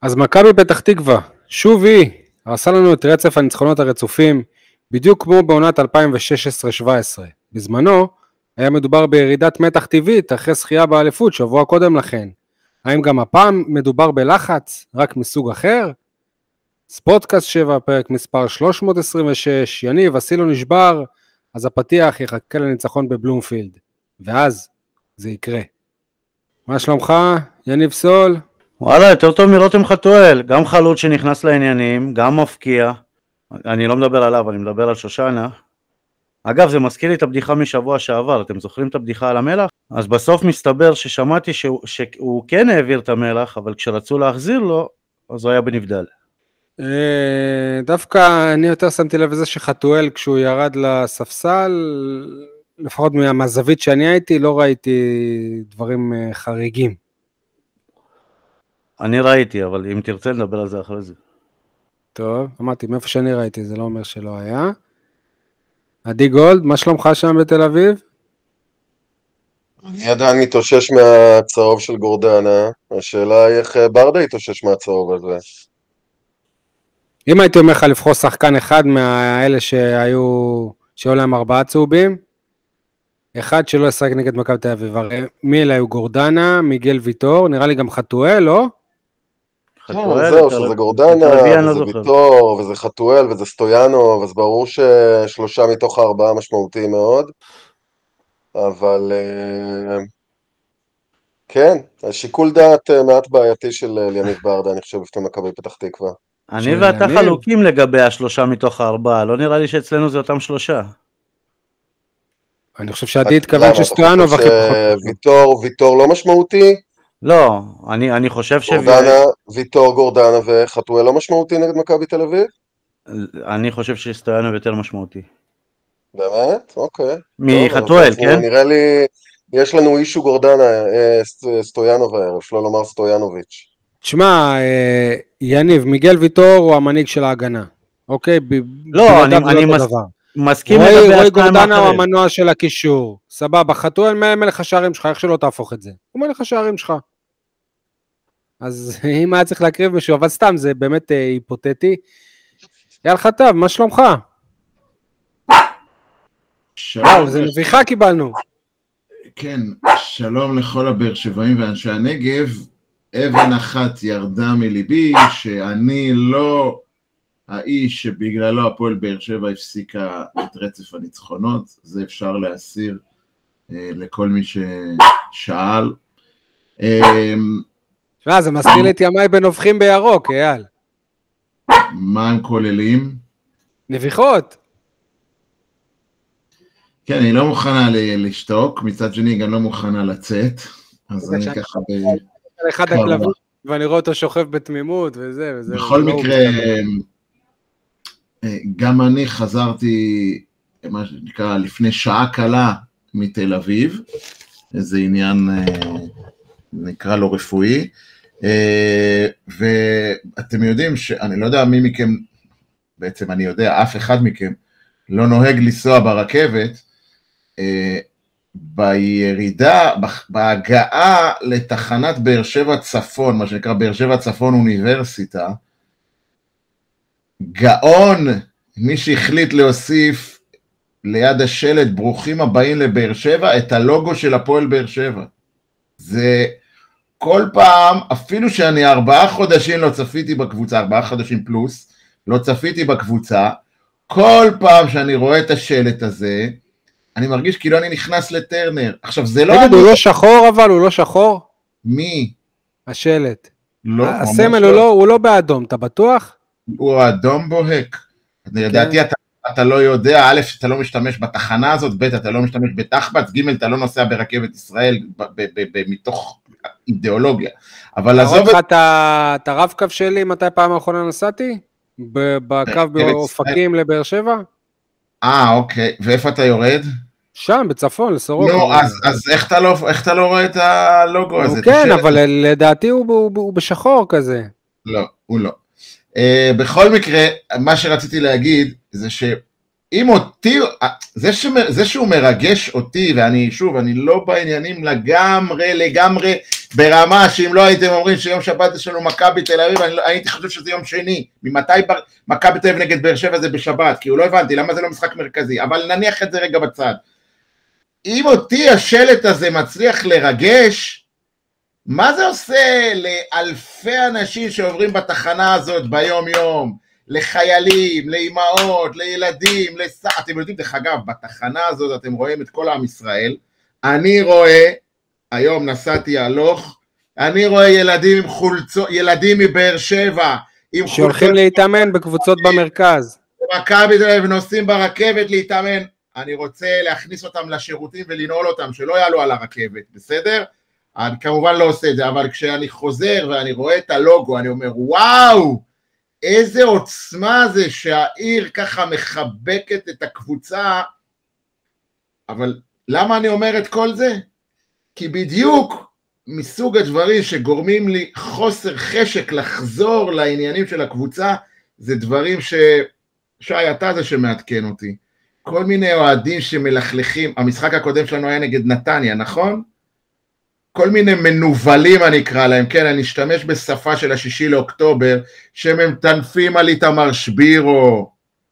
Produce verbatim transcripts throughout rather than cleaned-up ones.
אז מכבי פתח תקווה, שוב היא, הרסה לנו את רצף הניצחונות הרצופים, בדיוק כמו בעונת אלפיים ושש עשרה שבע עשרה. בזמנו היה מדובר בירידת מתח טבעית אחרי זכייה באליפות שבוע קודם לכן. האם גם הפעם מדובר בלחץ, רק מסוג אחר? ספורטקאסט שבע, פרק מספר שלוש מאות עשרים ושש, יניב, הסילו נשבר, אז הפתיח יחכה לניצחון בבלומפילד, ואז זה יקרה. מה שלומך, יניב סול? וואלה, יותר טוב מרותם חתואל, גם חלוץ שנכנס לעניינים, גם מפקיע, אני לא מדבר עליו, אני מדבר על שושנה. אגב, זה מזכיר לי את הבדיחה משבוע שעבר, אתם זוכרים את הבדיחה על המלח? אז בסוף מסתבר ששמעתי שהוא, שהוא כן העביר את המלח, אבל כשרצו להחזיר לו, אז הוא היה בנבדל. דווקא אני יותר שמתי לב לזה שחתואל כשהוא ירד לספסל, לפחות מהזווית שאני הייתי, לא ראיתי דברים חריגים. אני ראיתי, אבל אם תרצה נדבר על זה אחרי זה. טוב, אמרתי, מאיפה שאני ראיתי, זה לא אומר שלא היה. עדי גולד, מה שלומך שם בתל אביב? אני עדיין מתאושש מהצהוב של גורדנה, השאלה היא איך ברדה יתאושש מהצהוב הזה. אם הייתי אומר לך לבחור שחקן אחד מהאלה שהיו, שהיו להם ארבעה צהובים, אחד שלא ישחק נגד מכבי תל אביב, מי אלה היו גורדנה, מיגל ויטור, נראה לי גם חתואל, לא? חתואל, זהו, שזה גורדנה, וזה ויטור, וזה חתואל, וזה סטויאנו, אז ברור ששלושה מתוך הארבעה משמעותיים מאוד, אבל כן, השיקול דעת מעט בעייתי של יניב ברדה, אני חושב, לפני מכבי פתח תקווה. אני ואתה חלוקים לגבי השלושה מתוך הארבעה, לא נראה לי שאצלנו זה אותם שלושה. אני חושב שעדי התכוון שסטויאנו וכי פחות. ויטור, ויטור לא משמעותי? לא, אני, אני חושב ש... גורדנה, ויטור, גורדנה וחתואל לא משמעותי נגד מכבי תל אביב? אני חושב שסטויאנו יותר משמעותי. באמת? אוקיי. מחתואל, כן? נראה לי, יש לנו אישו גורדנה, סטויאנו בערב, שלא לומר סטויאנוביץ'. תשמע, יניב, מיגל ויטור הוא המנהיג של ההגנה, אוקיי? לא, אני, אני מס... מסכים לגבי השניים האחרים. רוי גורדנה הוא המנוע של הקישור, סבבה, חתואל מלך השערים שלך, איך שלא תהפוך את זה? הוא מלך השערים שלך. אז אם היה צריך להקריב משהו, אבל סתם, זה באמת היפותטי. יאללה חטב, מה שלומך? וואו, זה מביכה קיבלנו. כן, שלום לכל הבאר שבעים ואנשי הנגב. אבן אחת ירדה מליבי, שאני לא האיש שבגללו הפועל באר שבע הפסיקה את רצף הניצחונות, זה אפשר להסיר אה, לכל מי ששאל. אה, שמה, זה מזכיר לי את ימי בנובחים בירוק, אייל. מה הם כוללים? נביחות. כן, היא לא מוכנה לשתוק, מצד שני היא גם לא מוכנה לצאת, אז אני ככה ב... אחד הכלבים, ואני רואה אותו שוכב בתמימות וזה, וזה. בכל מקרה, גם אני חזרתי, מה שנקרא, לפני שעה קלה מתל אביב, איזה עניין נקרא לו רפואי, ואתם יודעים שאני לא יודע מי מכם, בעצם אני יודע, אף אחד מכם, לא נוהג לנסוע ברכבת, בירידה, בהגעה לתחנת באר שבע צפון, מה שנקרא באר שבע צפון אוניברסיטה, גאון, מי שהחליט להוסיף ליד השלט ברוכים הבאים לבאר שבע, את הלוגו של הפועל באר שבע. זה כל פעם, אפילו שאני ארבעה חודשים לא צפיתי בקבוצה, ארבעה חודשים פלוס, לא צפיתי בקבוצה, כל פעם שאני רואה את השלט הזה, אני מרגיש כאילו אני נכנס לטרנר. עכשיו זה לא... הוא לא שחור אבל, הוא לא שחור? מי? השלט. לא, הסמל הוא לא באדום, אתה בטוח? הוא אדום בוהק. לדעתי אתה לא יודע, א', אתה לא משתמש בתחנה הזאת, ב', אתה לא משתמש בתחבץ, ג', אתה לא נוסע ברכבת ישראל מתוך אידיאולוגיה. אבל עזוב... את הרב קו שלי, מתי פעם האחרונה נסעתי? בקו באופקים לבאר שבע? אה, אוקיי, ואיפה אתה יורד? שם, בצפון, לסורוקה. נו, אז, אז איך אתה לא, איך אתה לא רואה את הלוגו הזה? כן, אבל לדעתי הוא, הוא, הוא בשחור כזה. לא, הוא לא. Uh, בכל מקרה, מה שרציתי להגיד, זה אם אותי, זה, ש, זה שהוא מרגש אותי, ואני שוב, אני לא בעניינים לגמרי, לגמרי, ברמה שאם לא הייתם אומרים שיום שבת יש לנו מכבי תל אביב, אני לא, הייתי חושב שזה יום שני, ממתי מכבי תל אביב נגד באר שבע זה בשבת, כי הוא לא הבנתי, למה זה לא משחק מרכזי, אבל נניח את זה רגע בצד. אם אותי השלט הזה מצליח לרגש, מה זה עושה לאלפי אנשים שעוברים בתחנה הזאת ביום יום, לחיילים, לאימהות, לילדים, לס... אתם יודעים, דרך אגב, בתחנה הזאת אתם רואים את כל עם ישראל, אני רואה, היום נסעתי הלוך, אני רואה ילדים עם חולצות, ילדים מבאר שבע, עם שהולכים חולצות... להתאמן בקבוצות במרכז. מכבי תל אביב נוסעים ברכבת להתאמן, אני רוצה להכניס אותם לשירותים ולנעול אותם, שלא יעלו על הרכבת, בסדר? אני כמובן לא עושה את זה, אבל כשאני חוזר ואני רואה את הלוגו, אני אומר, וואו, איזה עוצמה זה שהעיר ככה מחבקת את הקבוצה, אבל למה אני אומר את כל זה? כי בדיוק מסוג הדברים שגורמים לי חוסר חשק לחזור לעניינים של הקבוצה, זה דברים ש... שי, אתה זה שמעדכן אותי. כל מיני אוהדים שמלכלכים, המשחק הקודם שלנו היה נגד נתניה, נכון? כל מיני מנובלים אני אקרא להם, כן, אני אשתמש בשפה של השישי לאוקטובר, שמטנפים על איתמר שבירו,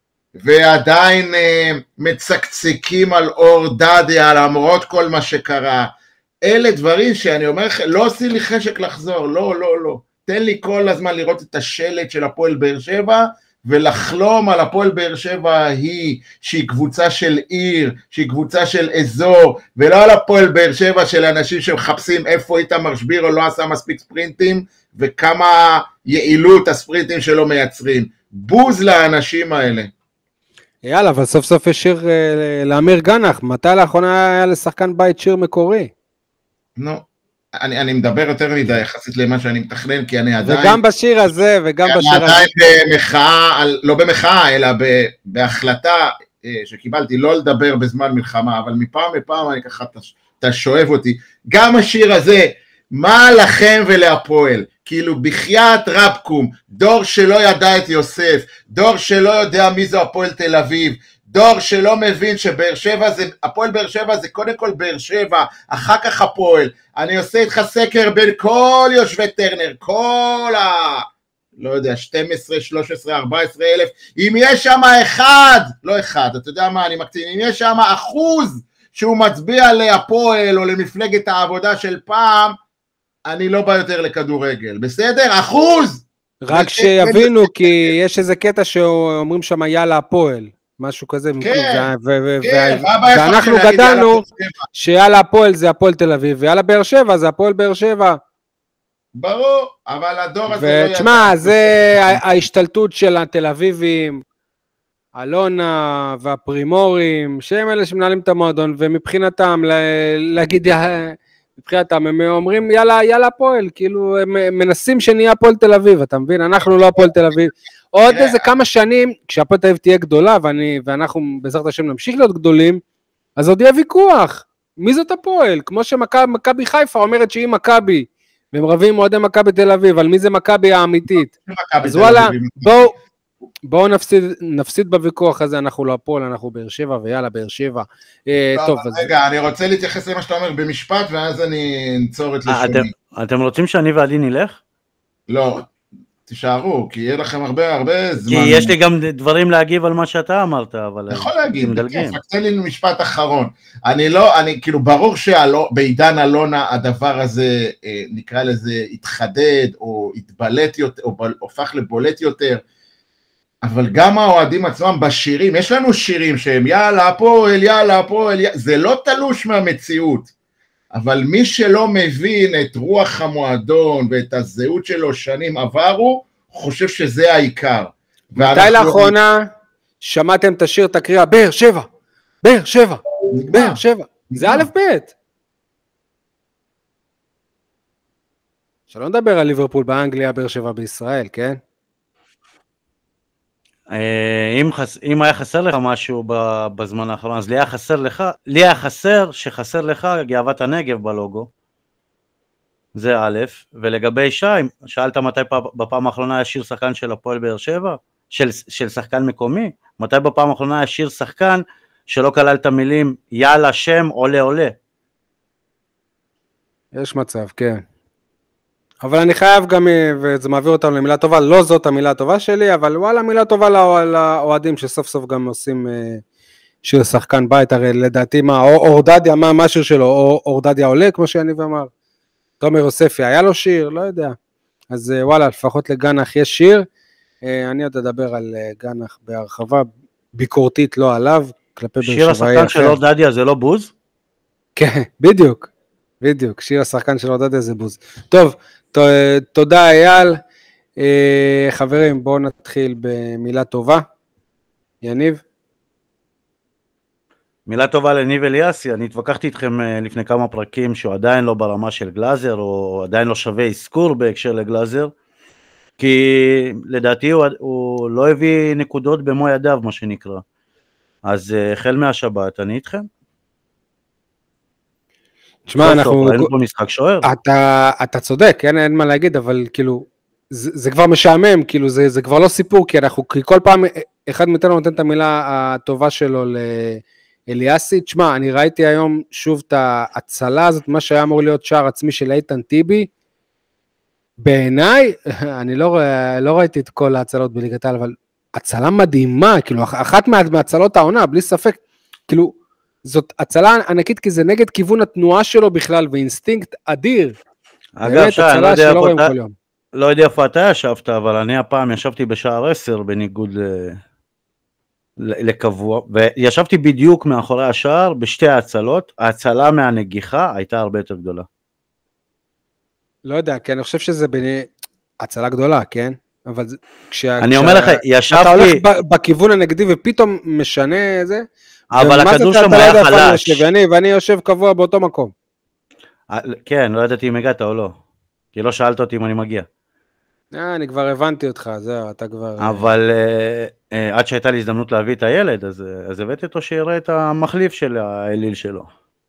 ועדיין אה, מצקצקים על אור דדיה, למרות כל מה שקרה. אלה דברים שאני אומר לך, לא עושים לי חשק לחזור, לא, לא, לא. תן לי כל הזמן לראות את השלט של הפועל באר שבע, ולחלום על הפועל באר שבע היא, שהיא קבוצה של עיר, שהיא קבוצה של אזור, ולא על הפועל באר שבע של אנשים שמחפשים איפה איתמר שבירו לא עשה מספיק ספרינטים, וכמה יעילות הספרינטים שלו מייצרים. בוז לאנשים האלה. יאללה, אבל סוף סוף יש שיר לאמיר גנח, מתי לאחרונה היה לשחקן בית שיר מקורי? נו. No. אני, אני מדבר יותר מדי יחסית למה שאני מתכנן, כי אני עדיין... וגם בשיר הזה, וגם בשיר הזה. אני עדיין במחאה, לא במחאה, אלא בהחלטה שקיבלתי לא לדבר בזמן מלחמה, אבל מפעם לפעם אני ככה, אתה שואב אותי. גם השיר הזה, מה לכם ולהפועל? כאילו בחייאת רבקום, דור שלא ידע את יוסף, דור שלא יודע מי זו הפועל תל אביב, דור שלא מבין שבאר שבע זה, הפועל באר שבע זה קודם כל באר שבע, אחר כך הפועל. אני עושה איתך סקר בין כל יושבי טרנר, כל ה... לא יודע, שתים עשרה, שלוש עשרה, ארבע עשרה אלף, אם יש שם אחד, לא אחד, אתה יודע מה, אני מקטין, אם יש שם אחוז שהוא מצביע להפועל או למפלגת העבודה של פעם, אני לא בא יותר לכדורגל, בסדר? אחוז! רק שיבינו, כי יש איזה קטע שאומרים שם יאללה הפועל. משהו כזה, ואנחנו גדלנו שיאללה הפועל זה הפועל תל אביב, ויאללה באר שבע זה הפועל באר שבע. ברור, אבל הדור הזה... ותשמע, זה ההשתלטות של התל אביבים, אלונה והפרימורים, שהם אלה שמנהלים את המועדון, ומבחינתם, להגיד, מבחינתם, הם אומרים יאללה, יאללה הפועל, כאילו הם מנסים שנהיה הפועל תל אביב, אתה מבין? אנחנו לא הפועל תל אביב. עוד איזה כמה שנים, כשהפועל תל אביב תהיה גדולה, ואנחנו בעזרת השם נמשיך להיות גדולים, אז עוד יהיה ויכוח. מי זאת הפועל? כמו שמכבי חיפה אומרת שהיא מכבי, והם רבים אוהדי מכבי תל אביב, על מי זה מכבי האמיתית. אז וואלה, בואו, בואו נפסיד, נפסיד בוויכוח הזה, אנחנו לא הפועל, אנחנו באר שבע, ויאללה, באר שבע. טוב, אז... רגע, אני רוצה להתייחס למה שאתה אומר במשפט, ואז אני נצור את לשוני. אתם רוצים שאני ועדי נלך? לא, תישארו, כי יהיה לכם הרבה הרבה זמן. כי יש לי גם דברים להגיב על מה שאתה אמרת, אבל... יכול להגיד, תן לי משפט אחרון. אני לא, אני כאילו, ברור שבעידן אלונה הדבר הזה, נקרא לזה, התחדד, או התבלט יותר, או הופך לבולט יותר, אבל גם האוהדים עצמם בשירים, יש לנו שירים שהם יאללה הפועל, יאללה הפועל, זה לא תלוש מהמציאות, אבל מי שלא מבין את רוח המועדון ואת הזהות שלו שנים עברו, חושב שזה העיקר. מתי לאחרונה שמעתם את השיר תקריאה, באר שבע, באר שבע, באר שבע, זה א' ב'. שלא נדבר על ליברפול באנגליה, באר שבע בישראל, כן? אם, חס... אם היה חסר לך משהו בזמן האחרון, אז לי היה חסר לך, לי היה חסר שחסר לך גאוות הנגב בלוגו, זה א', ולגבי שי, שאלת מתי בפעם האחרונה היה שיר שחקן של הפועל באר שבע, של, של שחקן מקומי? מתי בפעם האחרונה היה שיר שחקן שלא כלל את המילים יאללה שם עולה עולה? יש מצב, כן. אבל אני חייב גם, וזה מעביר אותנו למילה טובה, לא זאת המילה הטובה שלי, אבל וואלה, מילה טובה לאוהדים שסוף סוף גם עושים שיר שחקן בית, הרי לדעתי מה, או אורדדיה, מה המשהו שלו, או אורדדיה עולה, כמו שאני ואמר. תומר יוספי, היה לו שיר, לא יודע. אז וואלה, לפחות לגנח יש שיר, אני עוד אדבר על גנח בהרחבה, ביקורתית לא עליו, כלפי שיר השחקן של אורדדיה זה לא בוז? כן, בדיוק, בדיוק, שיר השחקן של אורדדיה זה בוז. טוב, תודה אייל, חברים בואו נתחיל במילה טובה, יניב. מילה טובה לניב אליאסי, אני התווכחתי איתכם לפני כמה פרקים שהוא עדיין לא ברמה של גלאזר, או עדיין לא שווה אזכור בהקשר לגלאזר, כי לדעתי הוא, הוא לא הביא נקודות במו ידיו מה שנקרא, אז החל מהשבת אני איתכם. תשמע, אנחנו... ראינו פה משחק שוער. אתה, אתה צודק, אין, אין מה להגיד, אבל כאילו, זה, זה כבר משעמם, כאילו, זה, זה כבר לא סיפור, כי אנחנו, כי כל פעם, אחד מאיתנו נותן את המילה הטובה שלו לאליאסי. תשמע, אני ראיתי היום שוב את ההצלה הזאת, מה שהיה אמור להיות שער עצמי של איתן טיבי, בעיניי, אני לא, לא ראיתי את כל ההצלות בליגת העל, אבל הצלה מדהימה, כאילו, אחת מה, מהצלות העונה, בלי ספק, כאילו, זאת הצלה ענקית, כי זה נגד כיוון התנועה שלו בכלל, ואינסטינקט אדיר. אגב, שי, אני לא יודע, איפה אתה, לא יודע איפה אתה ישבת, אבל אני הפעם ישבתי בשער עשר, בניגוד ל... לקבוע, וישבתי בדיוק מאחורי השער, בשתי ההצלות, ההצלה מהנגיחה הייתה הרבה יותר גדולה. לא יודע, כי אני חושב שזה בני... הצלה גדולה, כן? אבל כשה... אני אומר לך, ישבתי... אתה הולך בכיוון הנגדי ופתאום משנה זה... אבל הכדור שם היה חלש. ואני, ואני יושב קבוע באותו מקום. כן, לא ידעתי אם הגעת או לא. כי לא שאלת אותי אם אני מגיע. אני כבר הבנתי אותך, זהו, אתה כבר... אבל עד שהייתה לי הזדמנות להביא את הילד, אז הבאתי אותו שיראה את המחליף של האליל שלו.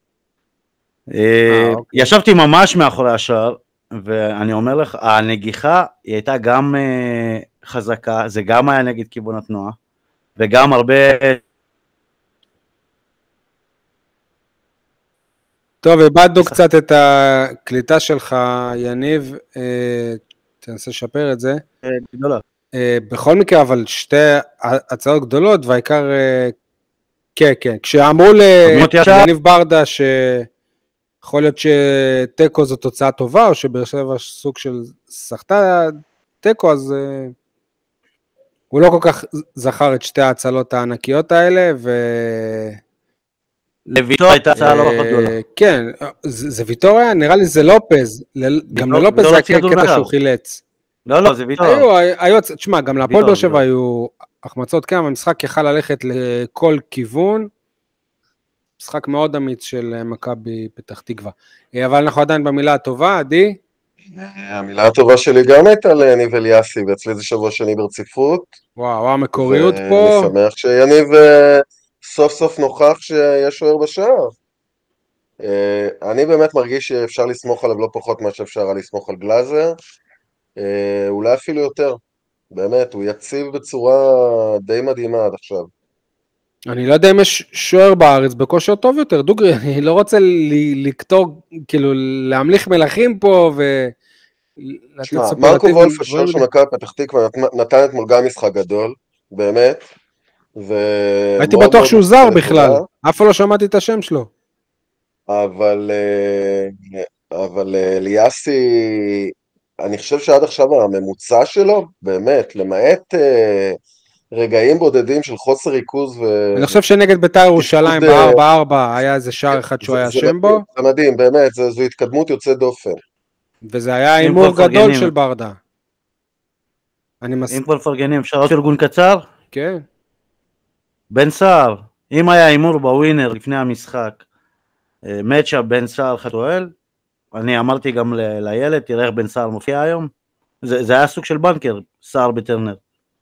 ישבתי ממש מאחורי השער, ואני אומר לך, הנגיחה היא הייתה גם חזקה, זה גם היה נגד כיוון התנועה, וגם הרבה... טוב, הבדנו קצת את הקליטה שלך, יניב, תנסה לשפר את זה. גדולה. בכל מקרה, אבל שתי הצעות גדולות, והעיקר, כן, כן, כשאמרו ליניב ברדה שיכול להיות שטקו זו תוצאה טובה, או שבאר שבע סוג של שחתה טקו, אז הוא לא כל כך זכר את שתי ההצלות הענקיות האלה, ו... לויטוריה הייתה הצעה לא פחות גדולה. כן, זה ויטוריה, נראה לי זה לופז, גם ללופז זה הקטע שהוא חילץ. לא, לא, זה ויטוריה. תשמע, גם להפועל באר שבע היו החמצות, כן, אבל המשחק יכל ללכת לכל כיוון, משחק מאוד אמיץ של מכבי פתח תקווה. אבל אנחנו עדיין במילה הטובה, עדי? המילה הטובה שלי גם הייתה ליניב אליאסי, ואצלי זה שבוע שני ברציפות. וואו, המקוריות פה. אני שמח שיניב... סוף סוף נוכח שיש שוער בשער. אני באמת מרגיש שאפשר לסמוך עליו לא פחות מה שאפשר על לסמוך על גלאזר, אולי אפילו יותר, באמת, הוא יציב בצורה די מדהימה עד עכשיו. אני לא יודע אם יש שוער בארץ בכושר טוב יותר, דוגרי, אני לא רוצה לקטור, כאילו להמליך מלכים פה ו... תשמע, מרקו וולף השוער של מכבי פתח תקווה נתן אתמול גם משחק גדול, באמת, הייתי בטוח שהוא זר בכלל, אף פעם לא שמעתי את השם שלו. אבל אבל אליאסי, אני חושב שעד עכשיו הממוצע שלו, באמת, למעט רגעים בודדים של חוסר ריכוז. אני חושב שנגד בית"ר ירושלים ב-ארבע ארבע היה איזה שער אחד שהוא היה שם בו. זה מדהים, באמת, זו התקדמות יוצאת דופן. וזה היה אימור גדול של ברדה. אם כבר פרגנים, אפשר עוד ארגון קצר? כן. בן סער, אם היה אימור בווינר לפני המשחק, מצ'אפ בן סער חתואל, אני אמרתי גם ל- לילד, תראה איך בן סער מופיע היום, זה, זה היה סוג של בנקר, סער בטרנר.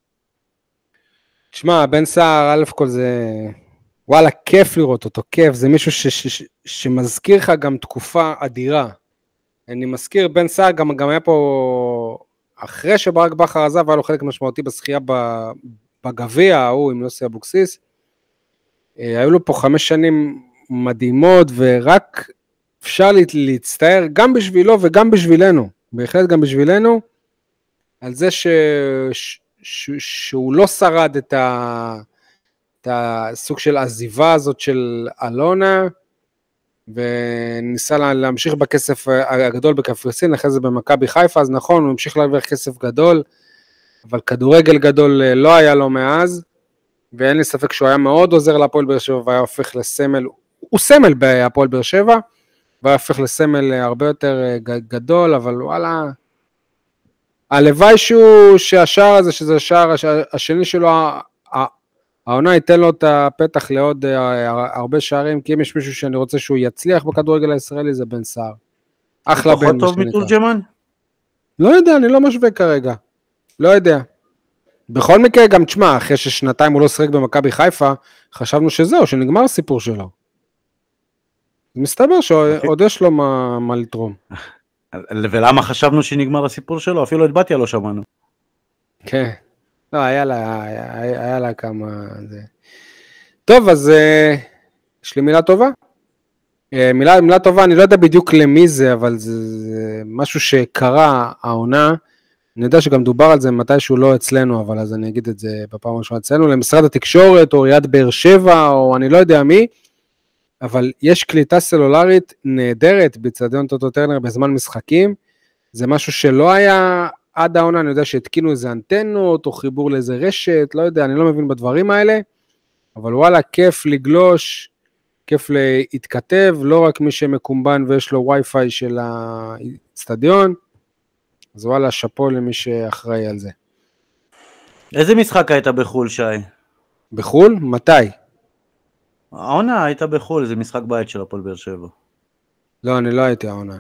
תשמע, בן סער, א' כל זה, וואלה, כיף לראות אותו, כיף, זה מישהו ש- ש- ש- שמזכיר לך גם תקופה אדירה. אני מזכיר, בן סער גם, גם היה פה אחרי שברק בכר עזב, היה לו חלק משמעותי בשחייה בגביע, ההוא עם יוסי אבוקסיס, היו לו פה חמש שנים מדהימות, ורק אפשר להצטער גם בשבילו וגם בשבילנו, בהחלט גם בשבילנו, על זה ש... ש... ש... שהוא לא שרד את, ה... את הסוג של עזיבה הזאת של אלונה, וניסה להמשיך בכסף הגדול בקפריסין, אחרי זה במכבי חיפה, אז נכון, הוא המשיך להרוויח כסף גדול, אבל כדורגל גדול לא היה לו מאז, ואין לי ספק שהוא היה מאוד עוזר להפועל באר שבע, והיה הופך לסמל, הוא סמל בהפועל באר שבע, והיה הופך לסמל הרבה יותר גדול, אבל וואלה, הלוואי שהוא, שהשער הזה, שזה השער השני שלו, העונה ייתן לו את הפתח לעוד הרבה שערים, כי אם יש מישהו שאני רוצה שהוא יצליח בכדורגל הישראלי, זה בן סער. אחלה בן. פחות טוב מתורג'מן? לא יודע, אני לא משווה כרגע. לא יודע. בכל מקרה, גם תשמע, אחרי ששנתיים הוא לא שחק במכבי חיפה, חשבנו שזהו, שנגמר הסיפור שלו. מסתבר שעוד יש לו מה, מה לתרום. ולמה חשבנו שנגמר הסיפור שלו? אפילו את בתיה לא שמענו. כן. לא, היה לה, היה, היה לה כמה... זה... טוב, אז uh, יש לי מילה טובה. Uh, מילה, מילה טובה, אני לא יודע בדיוק למי זה, אבל זה, זה משהו שקרה העונה. אני יודע שגם דובר על זה מתישהו לא אצלנו, אבל אז אני אגיד את זה בפעם הראשונה אצלנו, למשרד התקשורת, או עיריית באר שבע, או אני לא יודע מי, אבל יש קליטה סלולרית נהדרת בצדיון טוטו טרנר בזמן משחקים, זה משהו שלא היה עד העונה, אני יודע שהתקינו איזה אנטנות, או חיבור לאיזה רשת, לא יודע, אני לא מבין בדברים האלה, אבל וואלה, כיף לגלוש, כיף להתכתב, לא רק מי שמקומבן ויש לו וי-פיי של האצטדיון, אז וואלה, שפו למי שאחראי על זה. איזה משחק היית בחול, שי? בחול? מתי? העונה הייתה בחול, זה משחק בית של הפועל באר שבע. לא, אני לא הייתי העונה.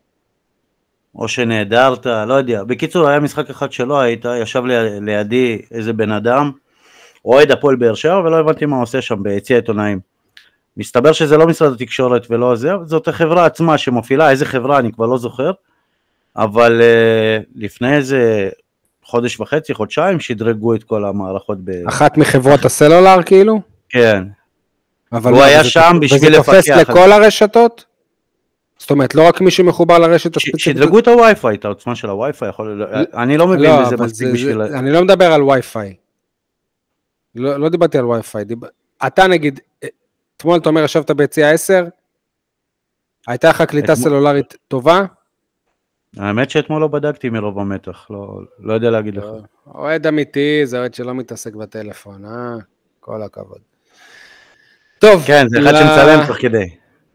או שנהדרת, לא יודע. בקיצור, היה משחק אחד שלא היית, ישב לידי איזה בן אדם, אוהד הפועל באר שבע, ולא הבנתי מה עושה שם ביציע עיתונאים. מסתבר שזה לא משרד התקשורת ולא זה, זאת החברה עצמה שמופילה, איזה חברה אני כבר לא זוכר, אבל uh, לפני איזה חודש וחצי, חודשיים, שדרגו את כל המערכות. ב... אחת מחברות הסלולר כאילו? כן. אבל הוא היה שם בשביל לפקח. וזה תופס לכל הרשתות? זאת אומרת, לא רק מי שמחובר לרשת הספציפית? שדרגו את הווי-פיי, את העוצמה של הווי-פיי, אני לא מבין בזה מספיק בשביל... אני לא מדבר על וי-פיי. לא דיברתי על וי-פיי. אתה נגיד, אתמול אתה אומר, ישבת ביציע עשר, הייתה לך קליטה סלולרית טובה? האמת שאתמול לא בדקתי מרוב המתח, לא, לא יודע להגיד לך. אוהד אמיתי, זה אוהד שלא מתעסק בטלפון, אה? כל הכבוד. טוב. כן, זה אחד ל... שמצלם תוך כדי.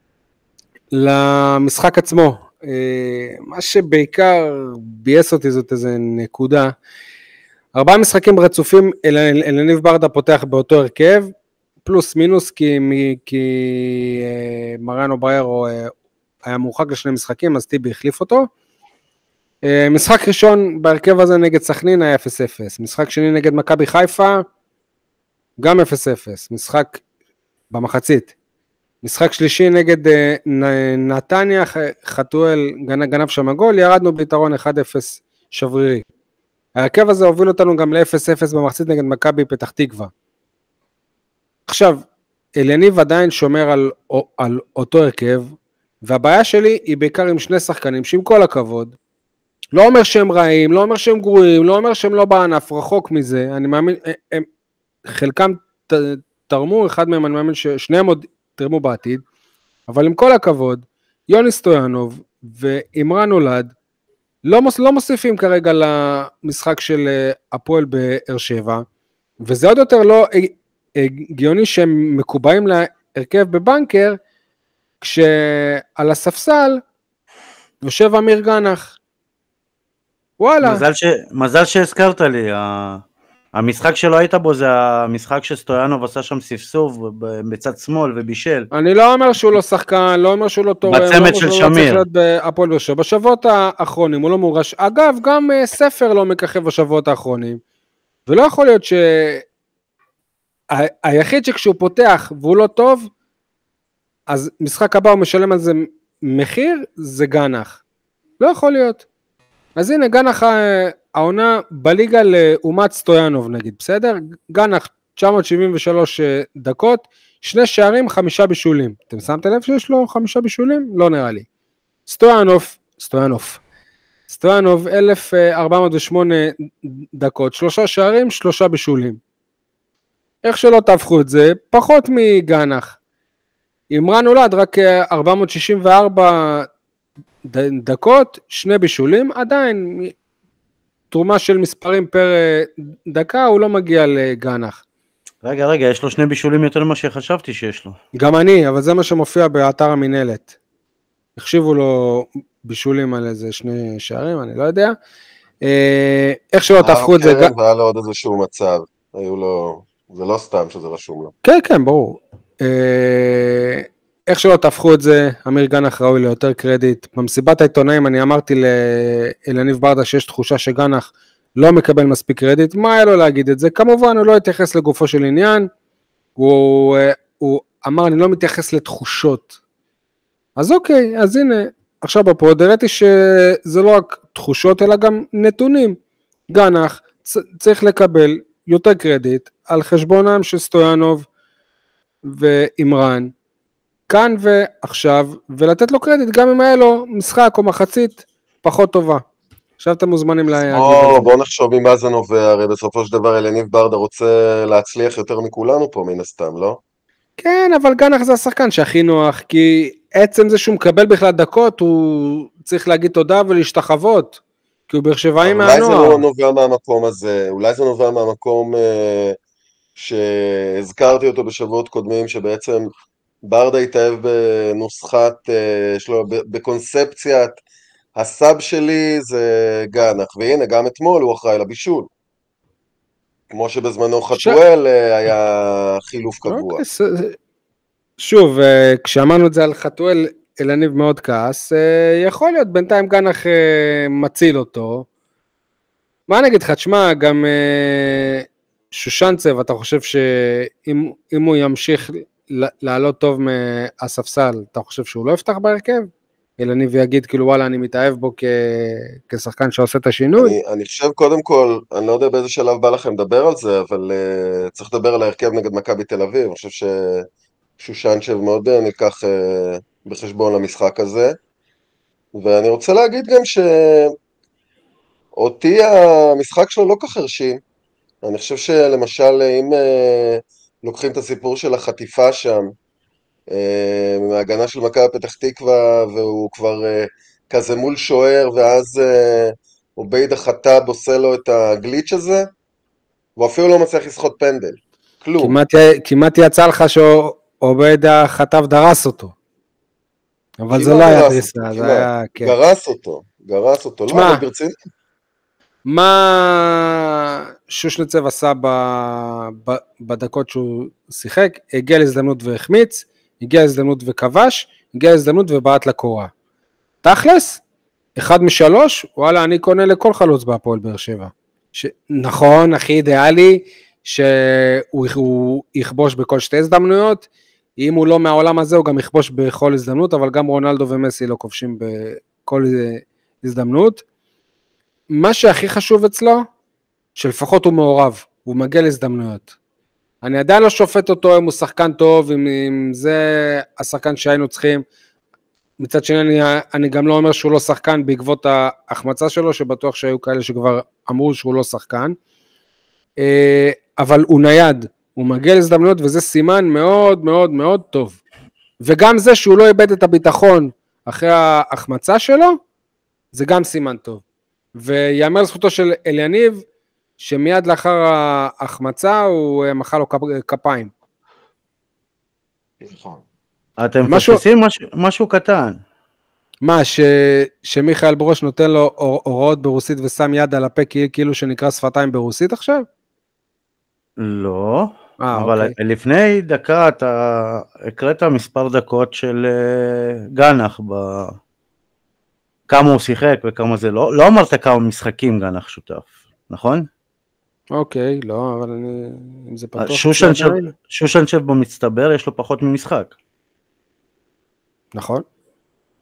למשחק עצמו, מה שבעיקר בייס אותי זאת איזו נקודה, ארבעה משחקים רצופים, אלניב ברדה פותח באותו הרכב, פלוס מינוס, כי, כי מריאנו בריירו היה מורחק לשני משחקים, אז טיבי החליף אותו, משחק ראשון בהרכב הזה נגד סכנין היה אפס אפס, משחק שני נגד מכבי חיפה, גם אפס אפס, משחק במחצית, משחק שלישי נגד נתניה, חתואל גנב שם גול, ירדנו ביתרון אחד אפס שברירי. ההרכב הזה הוביל אותנו גם ל-אפס אפס במחצית נגד מכבי פתח תקווה. עכשיו, אליניב עדיין שומר על, על אותו הרכב, והבעיה שלי היא בעיקר עם שני שחקנים, שעם כל הכבוד, לא אומר שהם רעים, לא אומר שהם גרועים, לא אומר שהם לא בענף, רחוק מזה, אני מאמין, הם, חלקם ת, תרמו, אחד מהם אני מאמין ששניהם עוד תרמו בעתיד, אבל עם כל הכבוד, יוני סטויאנוב ואמרן נולד, לא, מוס, לא מוסיפים כרגע למשחק של הפועל באר שבע, וזה עוד יותר לא הגיוני שהם מקובעים להרכב בבנקר, כשעל הספסל יושב אמיר גנח. וואלה. מזל, ש... מזל שהזכרת לי, המשחק שלא היית בו זה המשחק שסטויאנוב עשה שם ספסוב בצד שמאל ובישל. אני לא אומר שהוא לא שחקן, לא אומר שהוא לא תורם, בצמד של שמיר. בהפועל באר שבע. בשבועות האחרונים הוא לא מורגש. אגב, גם ספר לא מככב בשבועות האחרונים. ולא יכול להיות ש... היחיד שכשהוא פותח והוא לא טוב, אז משחק הבא הוא משלם על זה מחיר, זה גנח. לא יכול להיות. אז הנה, גנח העונה בליגה לעומת סטויאנוב נגיד, בסדר? גנח תשע מאות שבעים ושלוש דקות, שני שערים, חמישה בישולים. אתם שמתם לב שיש לו חמישה בישולים? לא נראה לי. סטויאנוב, סטויאנוב, סטויאנוב אלף ארבע מאות ושמונה דקות, שלושה שערים, שלושה בישולים. איך שלא תהפכו את זה, פחות מגנח. אימרן נולד רק ארבע מאות שישים וארבע דקות, שני בישולים, עדיין תרומה של מספרים פר דקה, הוא לא מגיע לגנח. רגע, רגע, יש לו שני בישולים יותר ממה שחשבתי שיש לו. גם אני, אבל זה מה שמופיע באתר המנהלת. החשיבו לו בישולים על איזה שני שערים, אני לא יודע. איך שלא תהפכו את זה... כן, והיה לו עוד איזשהו מצב. היו לו... זה לא סתם שזה רשום לו. כן, כן, ברור. איך שלא תהפכו את זה, אמיר גנח ראוי ליותר קרדיט. במסיבת העיתונאים אני אמרתי לאלניב ברדה שיש תחושה שגנח לא מקבל מספיק קרדיט. מה היה לו להגיד את זה? כמובן הוא לא התייחס לגופו של עניין, הוא, הוא אמר אני לא מתייחס לתחושות. אז אוקיי, אז הנה, עכשיו בפוד הראיתי שזה לא רק תחושות אלא גם נתונים. גנח צריך לקבל יותר קרדיט על חשבונם של סטויאנוב ואימרן, כאן ועכשיו, ולתת לו קרדיט גם אם היה לו משחק או מחצית פחות טובה. עכשיו אתם מוזמנים להגיד. או, בוא נחשוב ממה זה נובע, הרי בסופו של דבר אלניב ברדה רוצה להצליח יותר מכולנו פה מן הסתם, לא? כן, אבל גנח זה השחקן שהכי נוח, כי עצם זה שהוא מקבל בכלל דקות, הוא צריך להגיד תודה ולהשתחוות, כי הוא באר שבעי מהנוער. אולי זה לא נובע מהמקום הזה, אולי זה נובע מהמקום אה, שהזכרתי אותו בשבועות קודמים, שבעצם ברדה התאהב בנוסחת, אה, שלו, בקונספציית, הסאב שלי זה גנח, והנה גם אתמול הוא אחראי לבישול. כמו שבזמנו חתואל היה חילוף קבוע. שוב, כשאמרנו את זה על חתואל, אלניב מאוד כעס, יכול להיות בינתיים גנח מציל אותו. מה נגיד לך, תשמע, גם שושנצב, אתה חושב שאם הוא ימשיך לעלות טוב מהספסל, אתה חושב שהוא לא יפתח בהרכב? אלניב יגיד כאילו וואלה אני מתאהב בו כ... כשחקן שעושה את השינוי. אני, אני חושב קודם כל, אני לא יודע באיזה שלב בא לכם לדבר על זה, אבל uh, צריך לדבר על ההרכב נגד מכבי תל אביב, אני חושב ששושנצב מאוד ניקח uh, בחשבון למשחק הזה, ואני רוצה להגיד גם שאותי המשחק שלו לא כך הרשים, אני חושב שלמשל אם uh, לוקחים את הסיפור של החטיפה שם, מההגנה של מכבי פתח תקווה, והוא כבר כזה מול שוער, ואז עובייד החטב עושה לו את הגליץ' הזה, הוא אפילו לא מצליח לסחוט פנדל, כלום. כמעט, כמעט יצא לך שעובייד החטב דרס אותו, אבל זה לא היה דריסה, זה היה... גרס אותו, גרס אותו, לא, אבל ברצינות. מה שושנצב עשה בדקות שהוא שיחק? הגיע להזדמנות והחמיץ, הגיע להזדמנות וכבש, הגיע להזדמנות ובעט לקורה. תכלס, אחד משלוש, וואלה, אני קונה לכל חלוץ בהפועל באר שבע. נכון, הכי אידיאלי, שהוא יכבוש בכל שתי הזדמנויות, אם הוא לא מהעולם הזה, הוא גם יכבוש בכל הזדמנות, אבל גם רונלדו ומסי לא כובשים בכל הזדמנות. מה שהכי חשוב אצלו, שלפחות הוא מעורב, הוא מגיע להזדמנויות. אני עדיין לא שופט אותו אם הוא שחקן טוב, אם, אם זה השחקן שהיינו צריכים. מצד שני, אני, אני גם לא אומר שהוא לא שחקן בעקבות ההחמצה שלו, שבטוח שהיו כאלה שכבר אמרו שהוא לא שחקן. אבל הוא נייד, הוא מגיע להזדמנויות, וזה סימן מאוד מאוד מאוד טוב. וגם זה שהוא לא איבד את הביטחון אחרי ההחמצה שלו, זה גם סימן טוב. ויאמר לזכותו של אליניב, שמיד לאחר ההחמצה הוא מחא לו כפיים. אתם מפספסים משהו קטן. מה, שמיכאל ברוש נותן לו הוראות ברוסית ושם יד על הפה כאילו שנקרא שפתיים ברוסית עכשיו? לא, אבל לפני דקה אתה הקראת מספר דקות של גנח ב... כמה הוא שיחק וכמה זה לא, לא אמרת כמה משחקים גנח שותף, נכון? אוקיי, לא, אבל אני, אם זה פתוח... שושנצב במצטבר יש לו פחות ממשחק. נכון.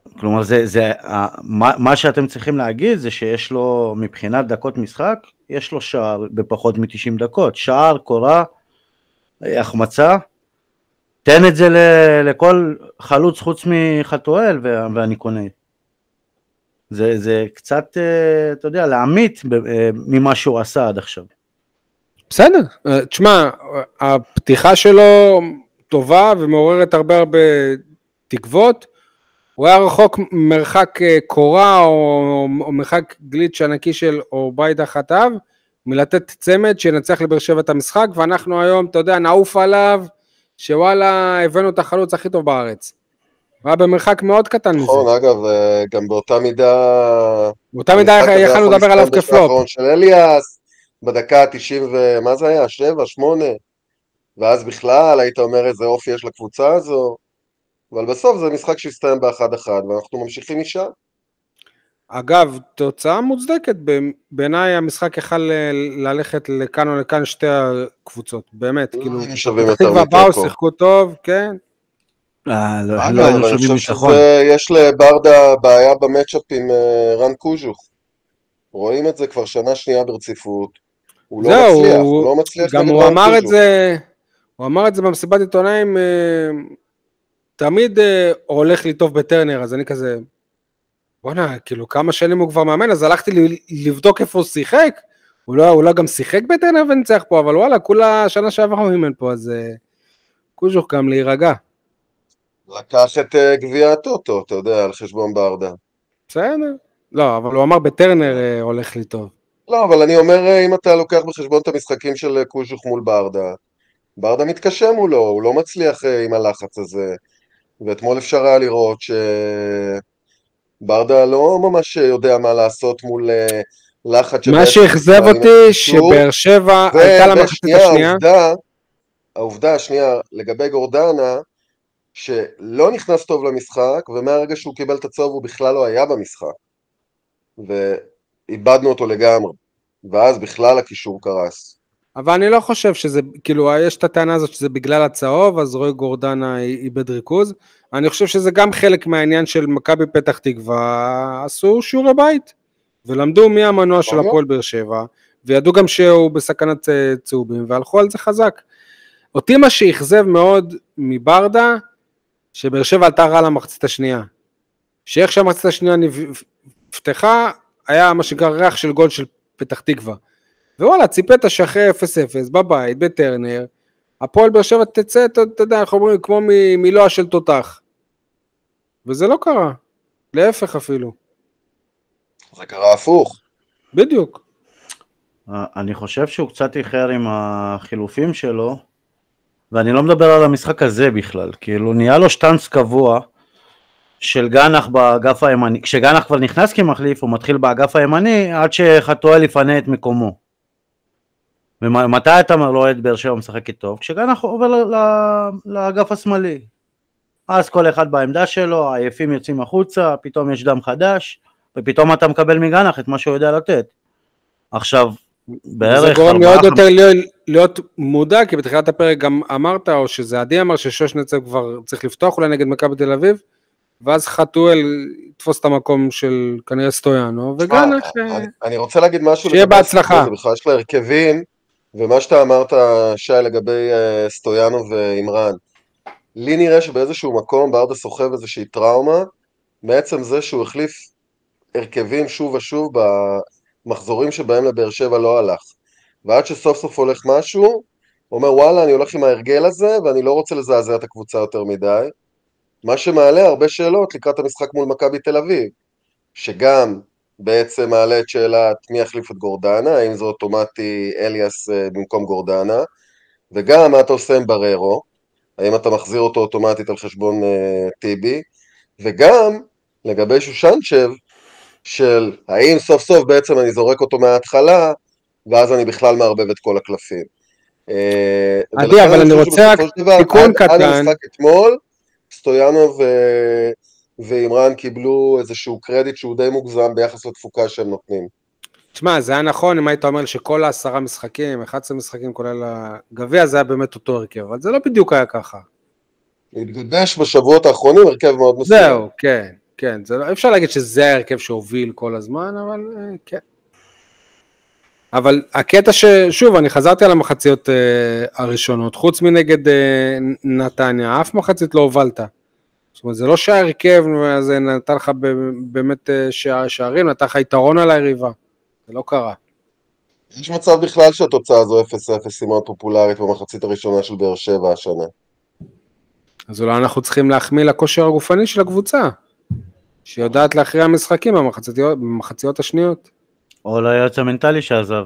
כלומר, זה, זה, מה, מה שאתם צריכים להגיד זה שיש לו, מבחינת דקות משחק, יש לו שער בפחות מ-תשעים דקות, שער, קורה, החמצה, תן את זה לכל חלוץ חוץ מחתואל, ואני קונה. זה, זה קצת, אתה יודע, להעמית ממה שהוא עשה עד עכשיו. בסדר, תשמע, הפתיחה שלו טובה ומעוררת הרבה הרבה תקוות, הוא היה רחוק מרחק קורה או, או מרחק גליץ' ענקי של או בית החטב, מלתת צמד שנצח לבאר שבע את המשחק, ואנחנו היום, אתה יודע, נעוף עליו, שוואלה, הבאנו את החלוץ הכי טוב בארץ. הוא היה במרחק מאוד קטן מזה. נכון, אגב, גם באותה מידה... באותה מידה יכלנו לדבר עליו כפלופ. של אליאס, בדקה ה-תשעים ומה זה היה? שבע, שמונה, ואז בכלל היית אומר איזה אופי יש לקבוצה הזו, אבל בסוף זה משחק שהסתיים באחד אחד, ואנחנו ממשיכים משם. אגב, תוצאה מוצדקת, בעיניי המשחק יכל ללכת לכאן או לכאן שתי הקבוצות, באמת, כאילו, תקווה באו, שיחקו טוב, כן. אגב, אני חושב שיש לברדה בעיה במצ'אפ עם רן קוז'וך, רואים את זה כבר שנה שנייה ברציפות, הוא לא מצליח, הוא לא מצליח. גם הוא אמר את זה, הוא אמר את זה במסיבת עיתונאים, תמיד הולך לי טוב בטרנר, אז אני כזה, בוא'נה, כאילו כמה שנים הוא כבר מאמן, אז הלכתי לבדוק איפה הוא שיחק, הוא לא, הוא לא גם שיחק בטרנר ונצח פה, אבל וואלה, כולה שנה שעבר הוא אימן פה, אז קוז'וך גם להירגע. לקח את גביע הטוטו, אתה יודע, על חשבון ברדה. בסדר, לא, אבל הוא אמר בטרנר הולך לי טוב. לא, אבל אני אומר, אם אתה לוקח בחשבון את המשחקים של קוז'וך מול ברדה, ברדה מתקשה מולו, הוא לא מצליח עם הלחץ הזה, ואתמול אפשר היה לראות שברדה לא ממש יודע מה לעשות מול לחץ. מה שהחזב אותי, שבאר שבע הייתה לה מחצית השנייה. העובדה, העובדה השנייה לגבי גורדנה, שלא נכנס טוב למשחק, ומהרגע שהוא קיבל את הצהוב הוא בכלל לא היה במשחק, ואיבדנו אותו לגמרי, ואז בכלל הקישור קרס. אבל אני לא חושב שזה, כאילו, יש את הטענה הזאת שזה בגלל הצהוב, אז רועי גורדנה איבד ריכוז, אני חושב שזה גם חלק מהעניין של מכבי פתח תקווה, עשו שיעורי בית, ולמדו מי המנוע של הפועל באר שבע, וידעו גם שהוא בסכנת צהובים, והלכו על זה חזק. אותי מה שהכזב מאוד מברדה, שבאר שבע עלתה רע למחצית השנייה, שאיך שהמחצית השנייה נפתחה, היה מה שנקרא ריח של גול של פתח תקווה, ווואלה, ציפית שאחרי אפס אפס, בבית, בטרנר, הפועל באר שבע תצא, אתה יודע, אנחנו אומרים, כמו מילואה של תותח, וזה לא קרה, להפך אפילו. זה קרה הפוך. בדיוק. אני חושב שהוא קצת איחר עם החילופים שלו, ואני לא מדבר על המשחק הזה בכלל, כאילו נהיה לו שטנץ קבוע של גנח באגף הימני, כשגנח כבר נכנס כמחליף, הוא מתחיל באגף הימני, עד שחתואל יפנה את מקומו. ומתי אתה רואה את באר שבע משחק טוב? כשגנח עובר לאגף השמאלי. אז כל אחד בעמדה שלו, העייפים יוצאים החוצה, פתאום יש דם חדש, ופתאום אתה מקבל מגנח את מה שהוא יודע לתת. עכשיו, זה גורם מאוד יותר להיות מודע, כי בתחילת הפרק גם אמרת, או שזה עדי אמר ששוש נצב כבר צריך לפתוח אולי נגד מכבי תל אביב, ואז חתואל תפוס את המקום של כנראה סטויאנו, וגנח... אני רוצה להגיד משהו... שיהיה בהצלחה. זה בכלל של ההרכבים, ומה שאתה אמרת, שי, לגבי סטויאנו ואימרן. לי נראה שבאיזשהו מקום, ברדה סוחב איזושהי טראומה, בעצם זה שהוא החליף הרכבים שוב ושוב במחזורים שבהם לבאר שבע לא הלך. ועד שסוף סוף הולך משהו, הוא אומר, וואלה, אני הולך עם ההרגל הזה, ואני לא רוצה לזעזע את הקבוצה יותר מדי. מה שמעלה הרבה שאלות לקראת המשחק מול מכבי תל אביב, שגם בעצם מעלה את שאלת מי יחליף את גורדנה, האם זה אוטומטי אליאס במקום גורדנה, וגם מה אתה עושה עם בררו, האם אתה מחזיר אותו אוטומטית על חשבון uh, טיבי, וגם לגבי שושנצ'ב, של האם סוף סוף בעצם אני זורק אותו מההתחלה, ואז אני בכלל מערבב את כל הקלפים. עדי, אבל אני רוצה תיקון קטן. עד המשחק אתמול, סטויאנו ו... ואימרן קיבלו איזשהו קרדיט שהוא די מוגזם ביחס לתפוקה שהם נותנים. תשמע, זה היה נכון אם היית אומר שכל העשרה משחקים, אחד עשר משחקים כולל הגביע, זה היה באמת אותו הרכב, אבל זה לא בדיוק היה ככה. התגדש בשבועות האחרונים, הרכב מאוד מסוים. זהו, כן. כן, זה לא, אפשר להגיד שזה ההרכב שהוביל כל הזמן, אבל כן. אבל הקטע ששוב, אני חזרתי על המחציות הראשונות, חוץ מנגד נתניה, אף מחצית לא הובלת. זאת אומרת, זה לא שההרכב הזה נתן לך באמת שערים, נתן לך יתרון על היריבה. זה לא קרה. יש מצב בכלל שהתוצאה הזו אפס אפס היא מאוד פופולרית במחצית הראשונה של באר שבע השנה. אז אולי אנחנו צריכים להחמיא לכושר הגופני של הקבוצה, שיודעת להכריע משחקים במחציות, במחציות השניות. או ליועץ המנטלי שעזב.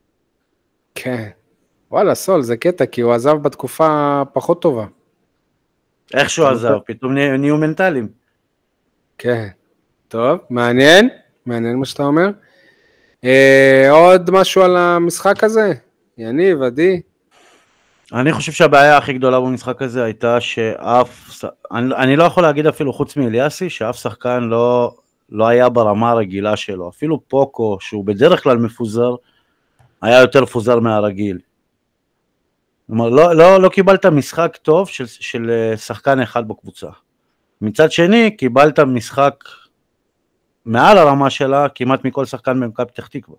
כן. וואלה, סול, זה קטע, כי הוא עזב בתקופה פחות טובה. איך שהוא עזב, פתאום נהיו מנטליים. כן. טוב, מעניין, מעניין מה שאתה אומר. אה, עוד משהו על המשחק הזה? יניב, עדי? אני חושב שהבעיה הכי גדולה במשחק הזה הייתה שאף, אני, אני לא יכול להגיד אפילו חוץ מאליאסי, שאף שחקן לא, לא היה ברמה הרגילה שלו. אפילו פוקו, שהוא בדרך כלל מפוזר, היה יותר פוזר מהרגיל. כלומר, לא, לא, לא קיבלת משחק טוב של, של שחקן אחד בקבוצה. מצד שני, קיבלת משחק מעל הרמה שלה, כמעט מכל שחקן במכבי פתח תקווה.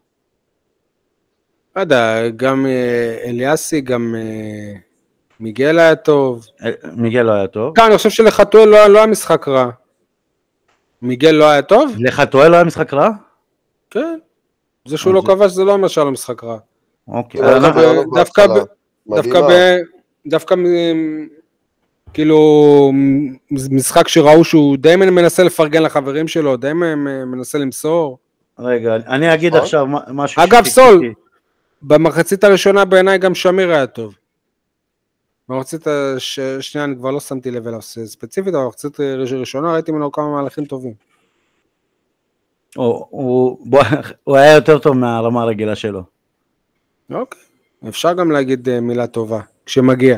לא יודע, גם אליאסי, גם מיגל היה טוב. מיגל לא היה טוב. כן, אני חושב שלחתואל לא, לא היה משחק רע. מיגל לא היה טוב? לחתואל לא היה משחק רע? כן. זה שהוא לא כבש, זה לא אומר שהיה לו משחק רע. אוקיי. דווקא, דווקא, דווקא, כאילו, משחק שראו שהוא די מנסה לפרגן לחברים שלו, די מנסה למסור. רגע, אני אגיד עכשיו משהו. אגב, סול, במחצית הראשונה בעיניי גם שמיר היה טוב. במחצית השנייה אני כבר לא שמתי לב אליו ספציפית, אבל במחצית הראשונה ראיתי ממנו כמה מהלכים טובים. הוא היה יותר טוב מהרמה הרגילה שלו. אוקיי, אפשר גם להגיד מילה טובה, כשמגיע.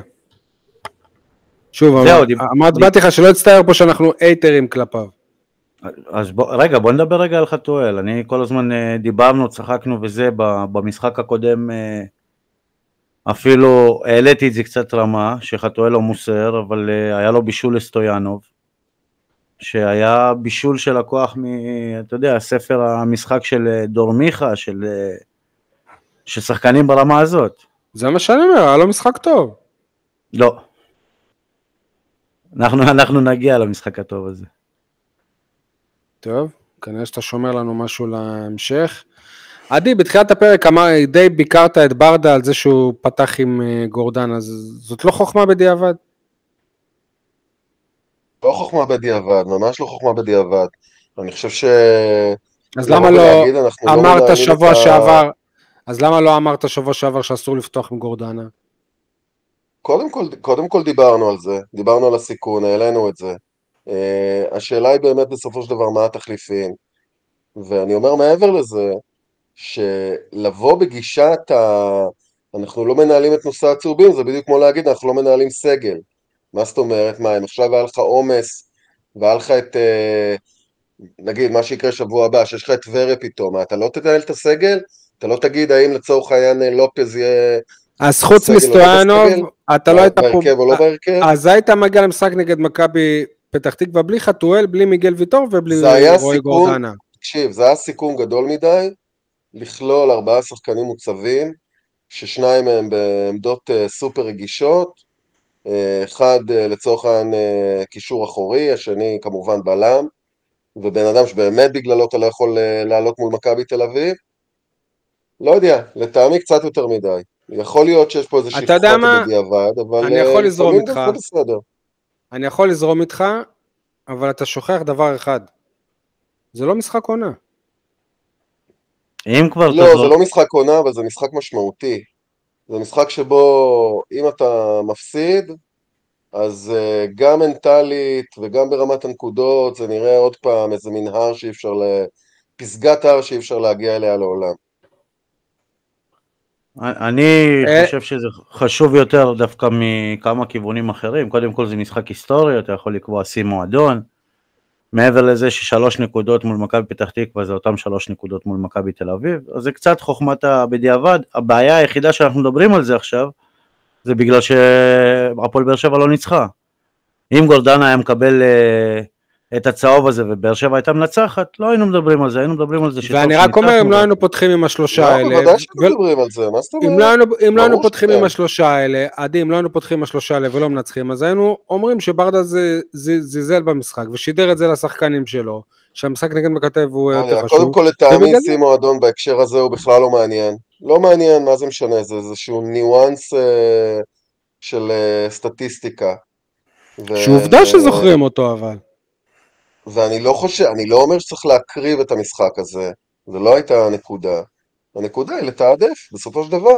שוב, אמרת, באתי לך שלא יצטער פה שאנחנו אייטרים כלפיו. אז בוא, רגע, בוא נדבר רגע על חתואל. אני כל הזמן דיברנו, צחקנו וזה, במשחק הקודם אפילו העליתי את זה קצת רמה, שחתואל לא מוסר, אבל היה לו בישול לסטויאנוב, שהיה בישול של הכוח מ, אתה יודע, ספר המשחק של דור מיכה, של, של שחקנים ברמה הזאת. זה מה שאני אומר, היה לו משחק טוב. לא. אנחנו, אנחנו נגיע למשחק הטוב הזה. טוב, כנראה שאתה שומר לנו משהו להמשך. עדי, בתחילת הפרק אמר, די ביקרת את ברדה על זה שהוא פתח עם גורדן, אז זאת לא חוכמה בדיעבד? לא חוכמה בדיעבד, ממש לא חוכמה בדיעבד. אני חושב ש... אז למה לא אמרת שבוע שעבר, אז למה לא אמרת שבוע שעבר שאסור לפתוח עם גורדנה? קודם כל, קודם כל דיברנו על זה, דיברנו על הסיכון, העלינו את זה. Uh, השאלה היא באמת בסופו של דבר מה התחליפים, ואני אומר מעבר לזה, שלבוא בגישת ה... אנחנו לא מנהלים את נושא הצהובים, זה בדיוק כמו להגיד, אנחנו לא מנהלים סגל. מה זאת אומרת? מה, אם עכשיו היה לך אומס, והיה לך את, uh, נגיד, מה שיקרה שבוע הבא, שיש לך את טבריה פתאום, אתה לא תנהל את הסגל? אתה לא תגיד האם לצורך העניין לופז יהיה... אז חוץ מסטויאנוב, אתה לא היית פה... בהרכב או לא בהרכב? אז היית מגיע למשחק נגד מכבי פתח תקווה בלי חתואל, בלי מיגל ויטור ובלי רועי גורדנה. תקשיב, זה היה סיכון גדול מדי, לכלול ארבעה שחקנים מוצבים, ששניים מהם בעמדות סופר רגישות, אחד לצורך העניין קישור אחורי, השני כמובן בלם, ובן אדם שבאמת בגללו אתה לא יכול לעלות מול מכבי תל אביב, לא יודע, לטעמי קצת יותר מדי. יכול להיות שיש פה איזה שכחות בדיעבד, אבל אני יכול לזרום איתך. בסדר. אני יכול לזרום איתך, אבל אתה שוכח דבר אחד. זה לא משחק עונה. אם כבר לא, תזור... זה לא משחק עונה, אבל זה משחק משמעותי. זה משחק שבו אם אתה מפסיד, אז uh, גם מנטלית וגם ברמת הנקודות, זה נראה עוד פעם איזה מין הר שאי אפשר, פסגת הר שאי אפשר להגיע אליה לעולם. אני חושב שזה חשוב יותר דווקא מכמה כיוונים אחרים. קודם כל זה משחק היסטורי, אתה יכול לקבוע שיא מועדון. מעבר לזה ששלוש נקודות מול מכבי פתח תקווה זה אותם שלוש נקודות מול מכבי תל אביב, אז זה קצת חוכמת בדיעבד. הבעיה היחידה שאנחנו מדברים על זה עכשיו, זה בגלל שהפועל באר שבע לא ניצחה. אם גורדנה היה מקבל את הצהוב הזה, ובאר שבע הייתה מנצחת, לא היינו מדברים על זה, היינו מדברים על זה שטוב ואני רק אומר, אם לא היינו פותחים עם השלושה האלה, לא, בוודאי שלא מדברים על זה, מה זאת אם אומרת? לא היינו, אם לא היינו ברור פותחים שכן. עם השלושה האלה, עדי, אם לא היינו פותחים עם השלושה האלה ולא מנצחים, אז היינו אומרים שברדה זה- זה- זיזל במשחק, ושידר את זה לשחקנים שלו, שהמשחק נגד מכבי תל אביב הוא לא יותר יודע, חשוב. קודם כל לטעמי ובגלל זה- שיא מועדון בהקשר הזה הוא בכלל לא מעניין. לא מעניין, מה זה משנה, זה איזשהו ניואנס אה, של אה, סטטיסטיקה. ו- שעובדה שזוכרים אותו אבל. ואני לא חושב, אני לא אומר שצריך להקריב את המשחק הזה, זה לא הייתה הנקודה. הנקודה היא לתעדף, בסופו של דבר.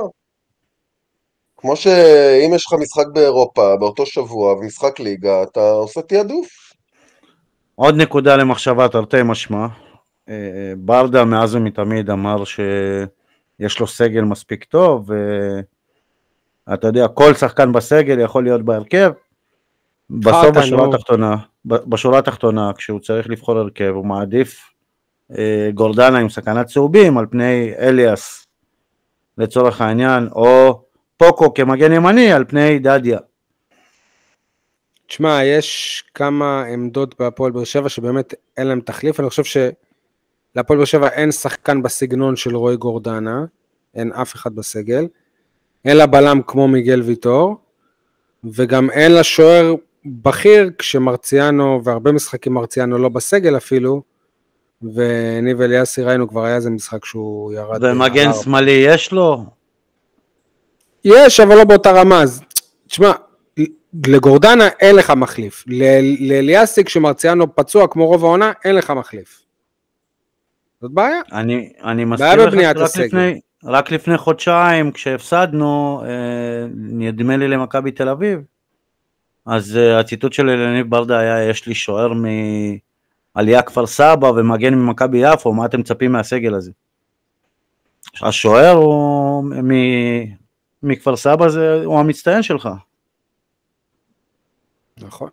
כמו שאם יש לך משחק באירופה, באותו שבוע, ומשחק ליגה, אתה עושה תיעדוף. עוד נקודה למחשבה תרתי משמע, אה, ברדה מאז ומתמיד אמר שיש לו סגל מספיק טוב, ואתה יודע, כל שחקן בסגל יכול להיות בהרכב, בסוף חכה, בשורה נו. התחתונה, ב- בשורה התחתונה, כשהוא צריך לבחור הרכב, הוא מעדיף אה, גורדנה עם סכנת צהובים על פני אליאס לצורך העניין, או פוקו כמגן ימני על פני דדיה. תשמע, יש כמה עמדות בהפועל באר שבע שבאמת אין להם תחליף, אני חושב שלהפועל באר שבע אין שחקן בסגנון של רועי גורדנה, אין אף אחד בסגל, אין לה בלם כמו מיגל ויטור, וגם אין לה שוער בכיר כשמרציאנו, והרבה משחקים מרציאנו לא בסגל אפילו, וניב אליאסי ראינו כבר היה איזה משחק שהוא ירד. ומגן על שמאלי יש לו? יש, אבל לא באותה רמה, אז תשמע, לגורדנה אין לך מחליף, ל- לאליאסי כשמרציאנו פצוע כמו רוב העונה, אין לך מחליף. זאת בעיה. אני, אני בעיה מזכיר לך בבניית רק הסגל. לפני, רק לפני חודשיים כשהפסדנו, אה, נדמה לי למכבי תל אביב, אז אה, הציטוט של אלניב ברדה היה, יש לי שוער מעלייה כפר סבא ומגן ממכבי יפו, מה אתם מצפים מהסגל הזה? השוער הוא מ, מכפר סבא, זה, הוא המצטיין שלך. נכון.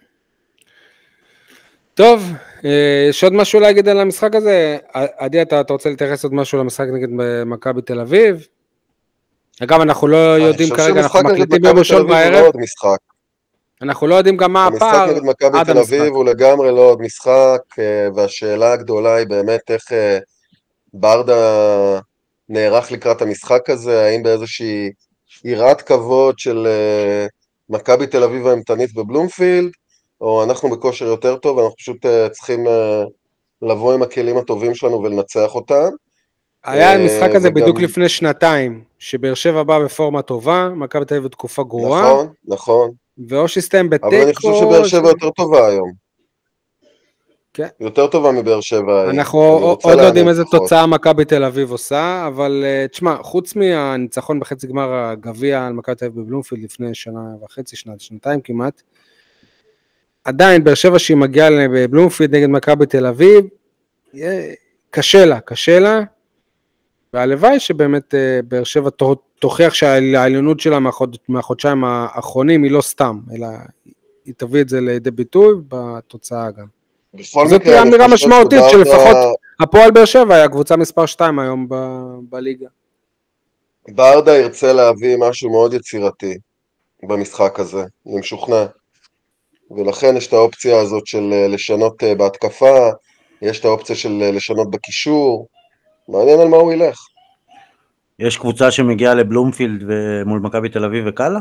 טוב, אה, יש עוד משהו להגיד על המשחק הזה? עדי, אתה, אתה רוצה להתייחס עוד משהו למשחק נגד מכבי תל אביב? אגב, אנחנו לא יודעים כרגע, אנחנו מקליטים ביום ראשון בערב, לא עוד משחק. אנחנו לא יודעים גם מה המשחק הפער נגד מכבי עד תל המשחק. אביב הוא לגמרי לא עוד משחק, אה, והשאלה הגדולה היא באמת איך אה, ברדה נערך לקראת המשחק הזה, האם באיזושהי יראת כבוד של אה, מכבי תל אביב האימתנית בבלומפילד, או אנחנו בכושר יותר טוב, ואנחנו פשוט uh, צריכים uh, לבוא עם הכלים הטובים שלנו ולנצח אותם. היה המשחק הזה וגם... בדיוק לפני שנתיים, שבאר שבע בא בפורמה טובה, מכבי תל אביב בתקופה גרועה. נכון, נכון. ואו שהסתיים בתיקו. אבל אני חושב שבאר שבע יותר טובה היום. כן. יותר טובה מבאר שבע. אנחנו עוד לא יודעים איזה תוצאה מכבי תל אביב עושה, אבל תשמע, חוץ מהניצחון בחצי גמר הגביע על מכבי תל אביב בבלומפילד לפני שנה וחצי, שנת, שנתיים כמעט, עדיין באר שבע שהיא מגיעה לבלומפילד נגד מכבי תל אביב, קשה לה, קשה לה, והלוואי שבאמת באר שבע תוכיח שהעליונות שלה מהחוד, מהחודשיים האחרונים היא לא סתם, אלא היא תביא את זה לידי ביטוי בתוצאה גם. זאת תהיה אמירה משמעותית שלפחות הפועל באר שבע היה קבוצה מספר שתיים היום ב- בליגה. ברדה ירצה להביא משהו מאוד יצירתי במשחק הזה, אני משוכנע. ולכן יש את האופציה הזאת של לשנות בהתקפה, יש את האופציה של לשנות בקישור, מעניין על מה הוא ילך. יש קבוצה שמגיעה לבלומפילד ומול מכבי תל אביב וקלה?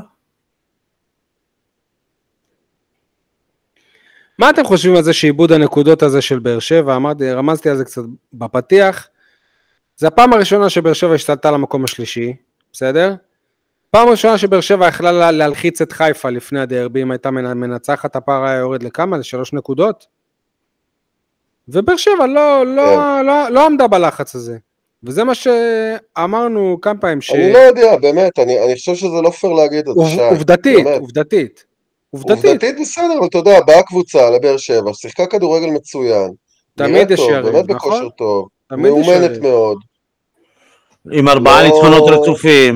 מה אתם חושבים על זה שאיבוד הנקודות הזה של באר שבע? אמרתי, רמזתי על זה קצת בפתיח. זה הפעם הראשונה שבאר שבע השתלטה למקום השלישי, בסדר? פעם ראשונה שבאר שבע יכלה להלחיץ את חיפה לפני הדרבי, אם הייתה מנצחת, הפער היה יורד לכמה? לשלוש נקודות? ובאר שבע לא, לא, yeah. לא, לא עמדה בלחץ הזה. וזה מה שאמרנו כמה פעמים ש... אני לא יודע, באמת, אני, אני חושב שזה לא פייר להגיד את זה, שי. עובדתית, עובדתית. עובדתית. עובדתית בסדר, אבל אתה יודע, באה קבוצה לבאר שבע, שיחקה כדורגל מצוין. תמיד יש טוב, יריב, באמת נכון? בכושר טוב. מאומנת מאוד. עם ארבעה לא... ניצחונות רצופים.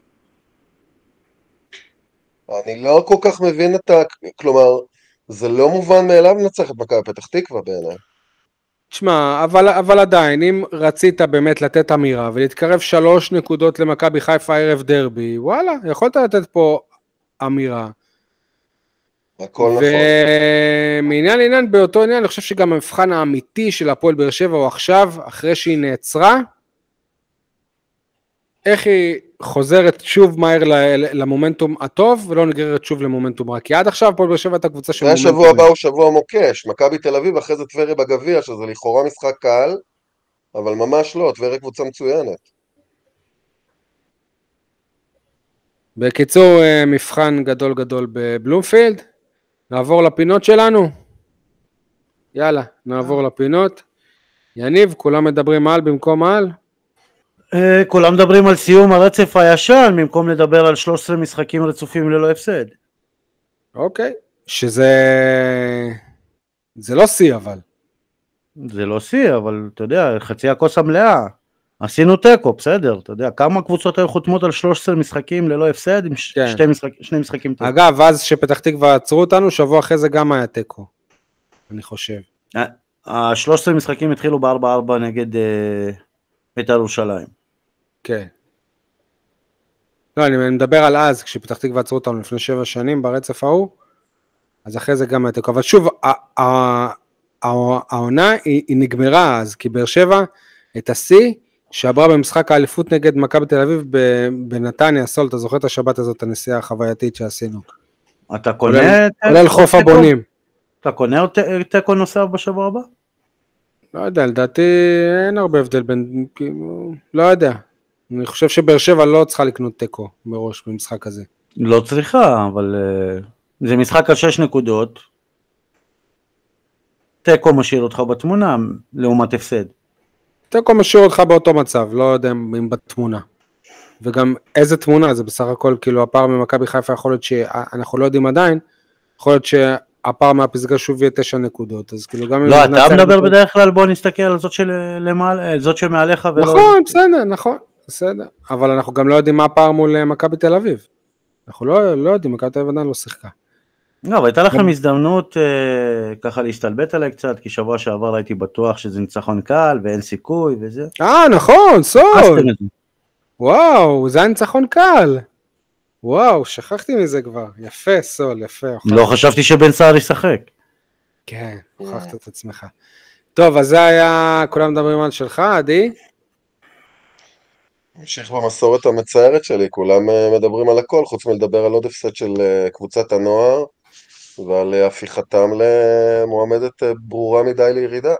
אני לא כל כך מבין את ה... כלומר, זה לא מובן מאליו לנצח את מכבי פתח תקווה בעיניי. תשמע, אבל, אבל עדיין, אם רצית באמת לתת אמירה ולהתקרב שלוש נקודות למכבי חיפה ערב דרבי, וואלה, יכולת לתת פה אמירה. הכל נכון. ומעניין לעניין באותו עניין, אני חושב שגם המבחן האמיתי של הפועל באר שבע הוא עכשיו, אחרי שהיא נעצרה, איך היא חוזרת שוב מהר למומנטום הטוב, ולא נגררת שוב למומנטום רע. כי עד עכשיו הפועל באר שבע הייתה קבוצה של מומנטום. והשבוע הבא הוא שבוע מוקש, מכבי תל אביב, אחרי זה טבריה בגביע, שזה לכאורה משחק קל, אבל ממש לא, טבריה קבוצה מצוינת. בקיצור, מבחן גדול גדול בבלומפילד. נעבור לפינות שלנו. יאללה, נעבור לפינות. יניב, כולם מדברים על במקום על? כולם מדברים על סיום הרצף הישן, במקום לדבר על שלושה עשר משחקים רצופים ללא הפסד. אוקיי, שזה... זה לא שיא אבל. זה לא שיא, אבל אתה יודע, חצי הכוס המלאה. עשינו טקו, בסדר, אתה יודע, כמה קבוצות היו חותמות על שלושה עשר משחקים ללא הפסד, עם כן. שתי משחק, שני משחקים טקו. אגב, אז שפתח תקווה עצרו אותנו, שבוע אחרי זה גם היה טקו, אני חושב. ה-שלושה עשר משחקים התחילו ב-ארבע ארבע נגד בית"ר ירושלים. כן. לא, אני מדבר על אז, כשפתח תקווה עצרו אותנו לפני שבע שנים ברצף ההוא, אז אחרי זה גם היה טקו. אבל שוב, העונה היא נגמרה אז, כי באר שבע את השיא, שעברה במשחק האליפות נגד מכבי תל אביב בנתניה, סול, אתה זוכר את השבת הזאת, הנסיעה החווייתית שעשינו. אתה קונה... כולל חוף הבונים. אתה קונה טקו נוסף בשבוע הבא? לא יודע, לדעתי אין הרבה הבדל בין... לא יודע. אני חושב שבאר שבע לא צריכה לקנות טקו מראש במשחק הזה. לא צריכה, אבל זה משחק על שש נקודות. טקו משאיר אותך בתמונה לעומת הפסד. טקו משאיר אותך באותו מצב, לא יודע אם בתמונה. וגם איזה תמונה, זה בסך הכל, כאילו הפער ממכבי חיפה יכול להיות שאנחנו לא יודעים עדיין, יכול להיות שהפער מהפסגה שוב יהיה תשע נקודות, אז כאילו גם... לא, אתה מדבר בדרך כלל, בוא נסתכל על זאת שלמעלה, זאת שמעליך ולא... נכון, בסדר, נכון, בסדר. אבל אנחנו גם לא יודעים מה הפער מול מכבי תל אביב. אנחנו לא, לא יודעים, מכבי תל אביב עדיין לא שיחקה. לא, אבל הייתה לכם הזדמנות אה, ככה להסתלבט עליי קצת, כי שבוע שעבר הייתי בטוח שזה ניצחון קל ואין סיכוי וזה. אה, נכון, סול. וואו, זה היה ניצחון קל. וואו, שכחתי מזה כבר. יפה, סול, יפה. לא חשבתי שבן סער ישחק. כן, הוכחת את עצמך. טוב, אז זה היה, כולם מדברים על שלך, עדי? המשיך במסורת המצערת שלי, כולם מדברים על הכל, חוץ מלדבר על עוד הפסד של קבוצת הנוער, ועל הפיכתם למועמדת ברורה מדי לירידה.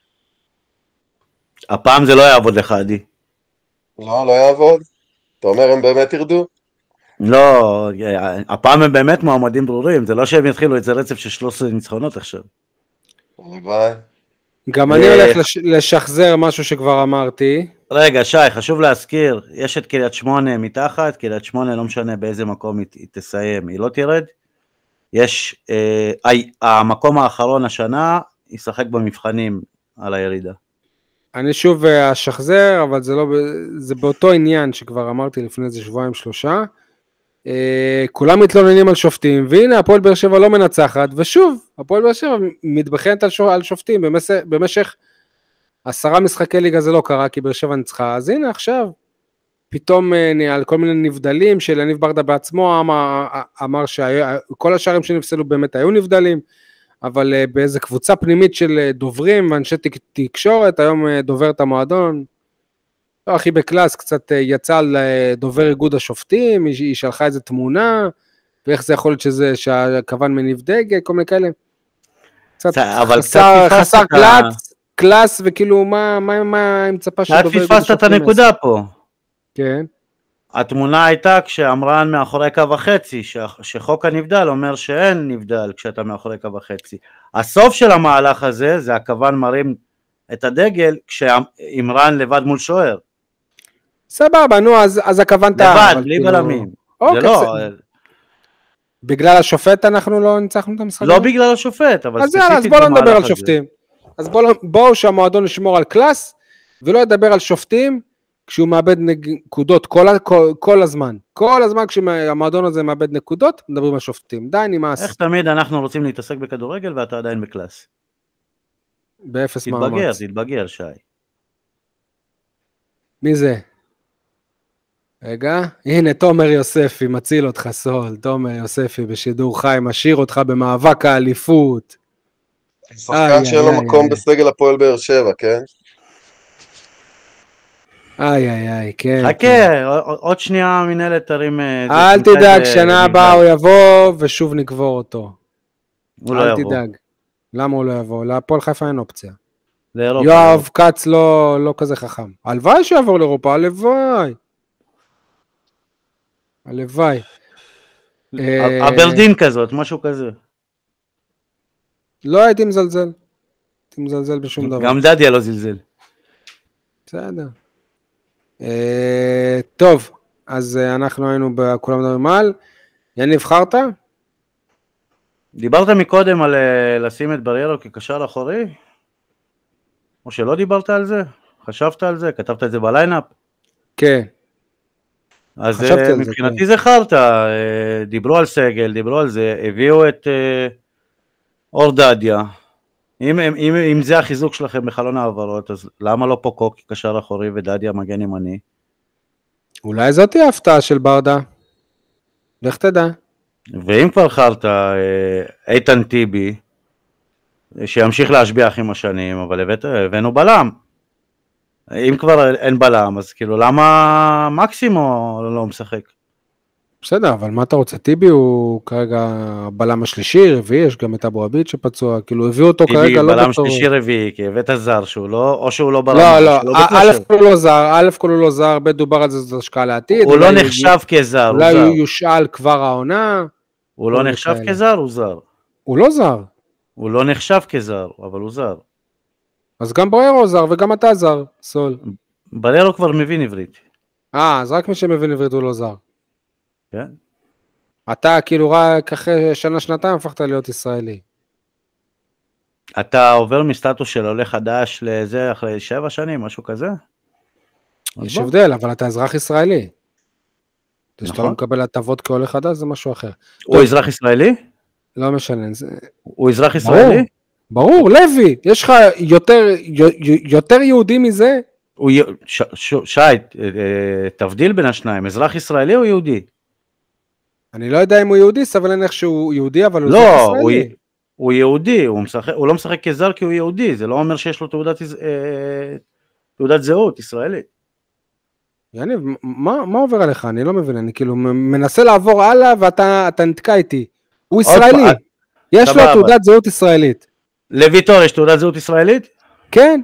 הפעם זה לא יעבוד לך, עדי. לא, לא יעבוד. אתה אומר, הם באמת ירדו? לא, הפעם הם באמת מועמדים ברורים, זה לא שהם יתחילו את זה רצף של שלוש עשרה ניצחונות עכשיו. ביי. גם אני הולך לשחזר משהו שכבר אמרתי. רגע, שי, חשוב להזכיר, יש את קריית שמונה מתחת, קריית שמונה לא משנה באיזה מקום היא תסיים, היא לא תרד. יש, אה, המקום האחרון השנה, ישחק במבחנים על הירידה. אני שוב אשחזר, אבל זה לא, זה באותו עניין שכבר אמרתי לפני איזה שבועיים שלושה. אה, כולם מתלוננים על שופטים, והנה הפועל באר שבע לא מנצחת, ושוב, הפועל באר שבע מתבחנת על, על שופטים, במשך, במשך עשרה משחקי ליגה זה לא קרה, כי באר שבע ניצחה, אז הנה עכשיו, פתאום על כל מיני נבדלים, של יניב ברדה בעצמו אמר, אמר שכל השערים שנפסלו באמת היו נבדלים, אבל באיזה קבוצה פנימית של דוברים, ואנשי תקשורת, היום דובר את המועדון, לא הכי בקלאס, קצת יצא על דובר איגוד השופטים, היא שלחה איזה תמונה, ואיך זה יכול להיות שזה, שהכוון מניב דגל, כל מיני כאלה, קצת חסר, חסר קלאס, קלאס, וכאילו מה, מה, מה היא מצפה שדובר איגוד השופטים? את פספסת את הנקודה פה. כן. התמונה הייתה כשאמרן מאחורי קו החצי, שחוק הנבדל אומר שאין נבדל כשאתה מאחורי קו החצי. הסוף של המהלך הזה, זה הכוון מרים את הדגל, כשאמרן לבד מול שוער. סבבה, נו, אז, אז הכוון... לבד, בלי בלמים. אוקיי, זה לא... בגלל השופט אנחנו לא ניצחנו את המשחק? לא בגלל השופט, אבל ספציפית במהלך הזה. אז בואו לא נדבר על שופטים. אז בואו בוא שהמועדון ישמור על קלאס, ולא ידבר על שופטים, כשהוא מאבד נקודות כל, כל, כל הזמן. כל הזמן כשהמועדון הזה מאבד נקודות, מדברים על שופטים. די, נמאס. איך תמיד אנחנו רוצים להתעסק בכדורגל, ואתה עדיין בקלאס. באפס מאמץ. תתבגר, תתבגר, שי. מי זה? רגע, הנה תומר יוספי, מציל אותך סול, תומר יוספי בשידור חי, משאיר אותך במאבק האליפות. שחקן שאין לו מקום בסגל הפועל באר שבע, כן? איי איי איי, כן. חכה, עוד שנייה מנהלת תרים... אל תדאג, שנה הבאה הוא יבוא ושוב נקבור אותו. הוא לא יבוא. אל תדאג. למה הוא לא יבוא? להפועל חיפה אין אופציה. לאירופה. יואב קץ לא, לא כזה חכם. הלוואי שיעבור לאירופה, הלוואי. הלוואי. אברדין כזאת, משהו כזה. לא הייתי מזלזל. הייתי מזלזל בשום דבר. גם דדיה לא זלזל. בסדר. טוב, אז אנחנו היינו בכולם מדברים על. יניב, חרת? דיברת מקודם על לשים את בריירו כקשר אחורי? או שלא דיברת על זה? חשבת על זה? כתבת את זה בליינאפ? כן. אז מבחינתי זה חרת, דיברו על סגל, דיברו על זה, הביאו את אור דדיה, אם, אם, אם זה החיזוק שלכם בחלון העברות, אז למה לא פה קוק קשר אחורי ודדיה מגן ימני? אולי זאת היא ההפתעה של ברדה, לך תדע. ואם כבר חרת, איתן טיבי, שימשיך להשביח עם השנים, אבל הבאנו בלם. אם כבר אין בלם, אז כאילו למה מקסימו לא משחק? בסדר, אבל מה אתה רוצה? טיבי הוא כרגע בלם השלישי, רביעי, יש גם את אבו עביד שפצוע, כאילו הביאו אותו כרגע לא בתור... טיבי בלם שלישי רביעי, כי הבאת זר שהוא לא, או שהוא לא בלם. לא, לא, א' כל הוא לא זר, א' כל הוא לא זר, ב' דובר על זה, זו השקעה לעתיד. הוא לא נחשב כזר, הוא זר. אולי הוא יושאל כבר העונה. הוא לא נחשב כזר, הוא זר. הוא לא זר. הוא לא נחשב כזר, אבל הוא זר. אז גם בריירו זר וגם אתה זר, סול. בריירו כבר מבין עברית. אה, אז רק מי שמבין עברית הוא לא זר. כן. אתה כאילו רק אחרי שנה שנתיים הפכת להיות ישראלי. אתה עובר מסטטוס של עולה חדש לזה אחרי שבע שנים, משהו כזה? יש הבדל, אבל אתה אזרח ישראלי. נכון. שאתה לא מקבל הטבות כעולה חדש זה משהו אחר. הוא אזרח ישראלי? לא משנה. הוא אזרח ישראלי? ברור, לוי, יש לך יותר, יותר יהודי מזה? שי, תבדיל בין השניים, אזרח ישראלי או יהודי? אני לא יודע אם הוא יהודי, סבל להניח שהוא יהודי, אבל הוא לא, אזרח ישראלי. הוא, הוא יהודי, הוא, משחק, הוא לא משחק כזר כי הוא יהודי, זה לא אומר שיש לו תעודת, תעודת זהות ישראלית. יניב, מה, מה עובר עליך? אני לא מבין, אני כאילו מנסה לעבור הלאה ואתה אתה נתקע איתי. הוא ישראלי, יש לו תעודת זהות ישראלית. לויטור יש תעודת זהות ישראלית? כן.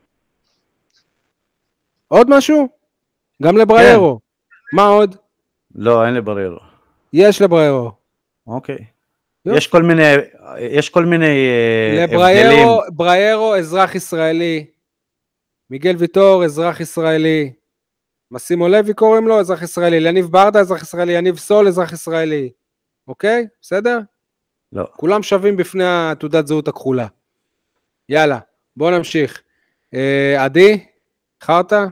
עוד משהו? גם לבריירו. כן. מה עוד? לא, אין לבריירו. יש לבריירו. אוקיי. יופ. יש כל מיני, יש כל מיני לבריירו, הבדלים. בריירו אזרח ישראלי. מיגל ויטור אזרח ישראלי. מסימו לוי קוראים לו אזרח ישראלי. יניב ברדה אזרח ישראלי. יניב סול אזרח ישראלי. אוקיי? בסדר? לא. כולם שווים בפני התעודת זהות הכחולה. יאללה, בואו נמשיך. אה, עדי, חרטה?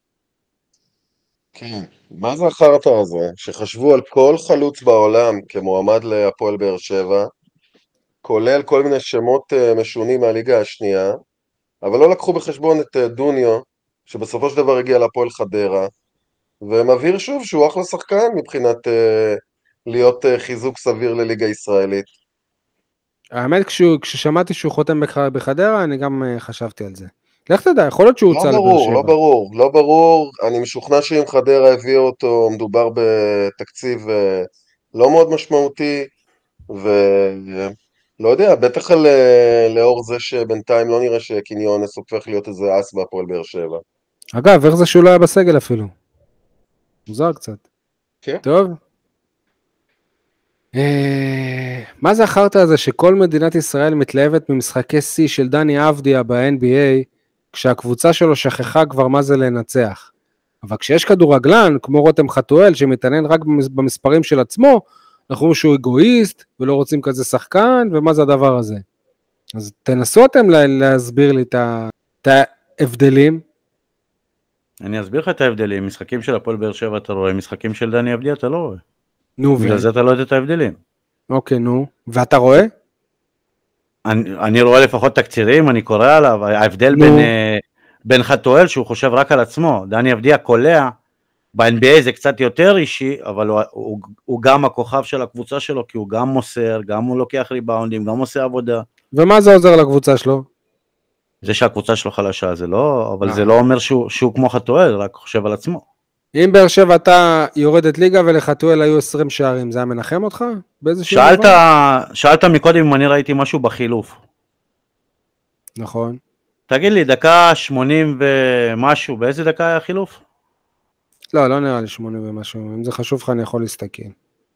כן, מה זה החרטה הזה? שחשבו על כל חלוץ בעולם כמועמד להפועל באר שבע, כולל כל מיני שמות משונים מהליגה השנייה, אבל לא לקחו בחשבון את דוניו, שבסופו של דבר הגיע להפועל חדרה, ומבהיר שוב שהוא אחלה שחקן מבחינת אה, להיות אה, חיזוק סביר לליגה ישראלית. האמת, כשהוא, כששמעתי שהוא חותם בחדרה, אני גם uh, חשבתי על זה. לך תדע, יכול להיות שהוא הוצא לבאר שבע. לא ברור, לא ברור, לא ברור. אני משוכנע שאם חדרה הביאו אותו, מדובר בתקציב uh, לא מאוד משמעותי, ולא יודע, בטח על, uh, לאור זה שבינתיים לא נראה שקניונס הופך להיות איזה אס בהפועל באר שבע. אגב, איך זה שהוא לא היה בסגל אפילו? מוזר קצת. כן. טוב. מה זה החרטא הזה שכל מדינת ישראל מתלהבת ממשחקי C של דני אבדיה ב-אן בי איי, כשהקבוצה שלו שכחה כבר מה זה לנצח. אבל כשיש כדורגלן, כמו רותם חתואל, שמתעניין רק במספרים של עצמו, אנחנו אומרים שהוא אגואיסט, ולא רוצים כזה שחקן, ומה זה הדבר הזה. אז תנסו אתם להסביר לי את ההבדלים. אני אסביר לך את ההבדלים, משחקים של הפועל באר שבע אתה רואה, משחקים של דני אבדיה אתה לא רואה. נו, בגלל זה אתה לא יודע את ההבדלים. אוקיי, נו. ואתה רואה? אני, אני רואה לפחות תקצירים, אני קורא עליו, ההבדל בין, בין חתואל שהוא חושב רק על עצמו, דני אבדיה קולע, ב-אן בי איי זה קצת יותר אישי, אבל הוא, הוא, הוא גם הכוכב של הקבוצה שלו, כי הוא גם מוסר, גם הוא לוקח ריבאונדים, גם עושה עבודה. ומה זה עוזר לקבוצה שלו? זה שהקבוצה שלו חלשה, זה לא, אבל אה. זה לא אומר שהוא, שהוא כמו חתואל, רק חושב על עצמו. אם באר שבע אתה יורדת ליגה ולחתואל היו עשרים שערים, זה היה מנחם אותך? באיזשהו שאלת, דבר? שאלת מקודם אם אני ראיתי משהו בחילוף. נכון. תגיד לי, דקה שמונים ומשהו, באיזה דקה היה חילוף? לא, לא נראה לי שמונים ומשהו, אם זה חשוב לך אני יכול להסתכל.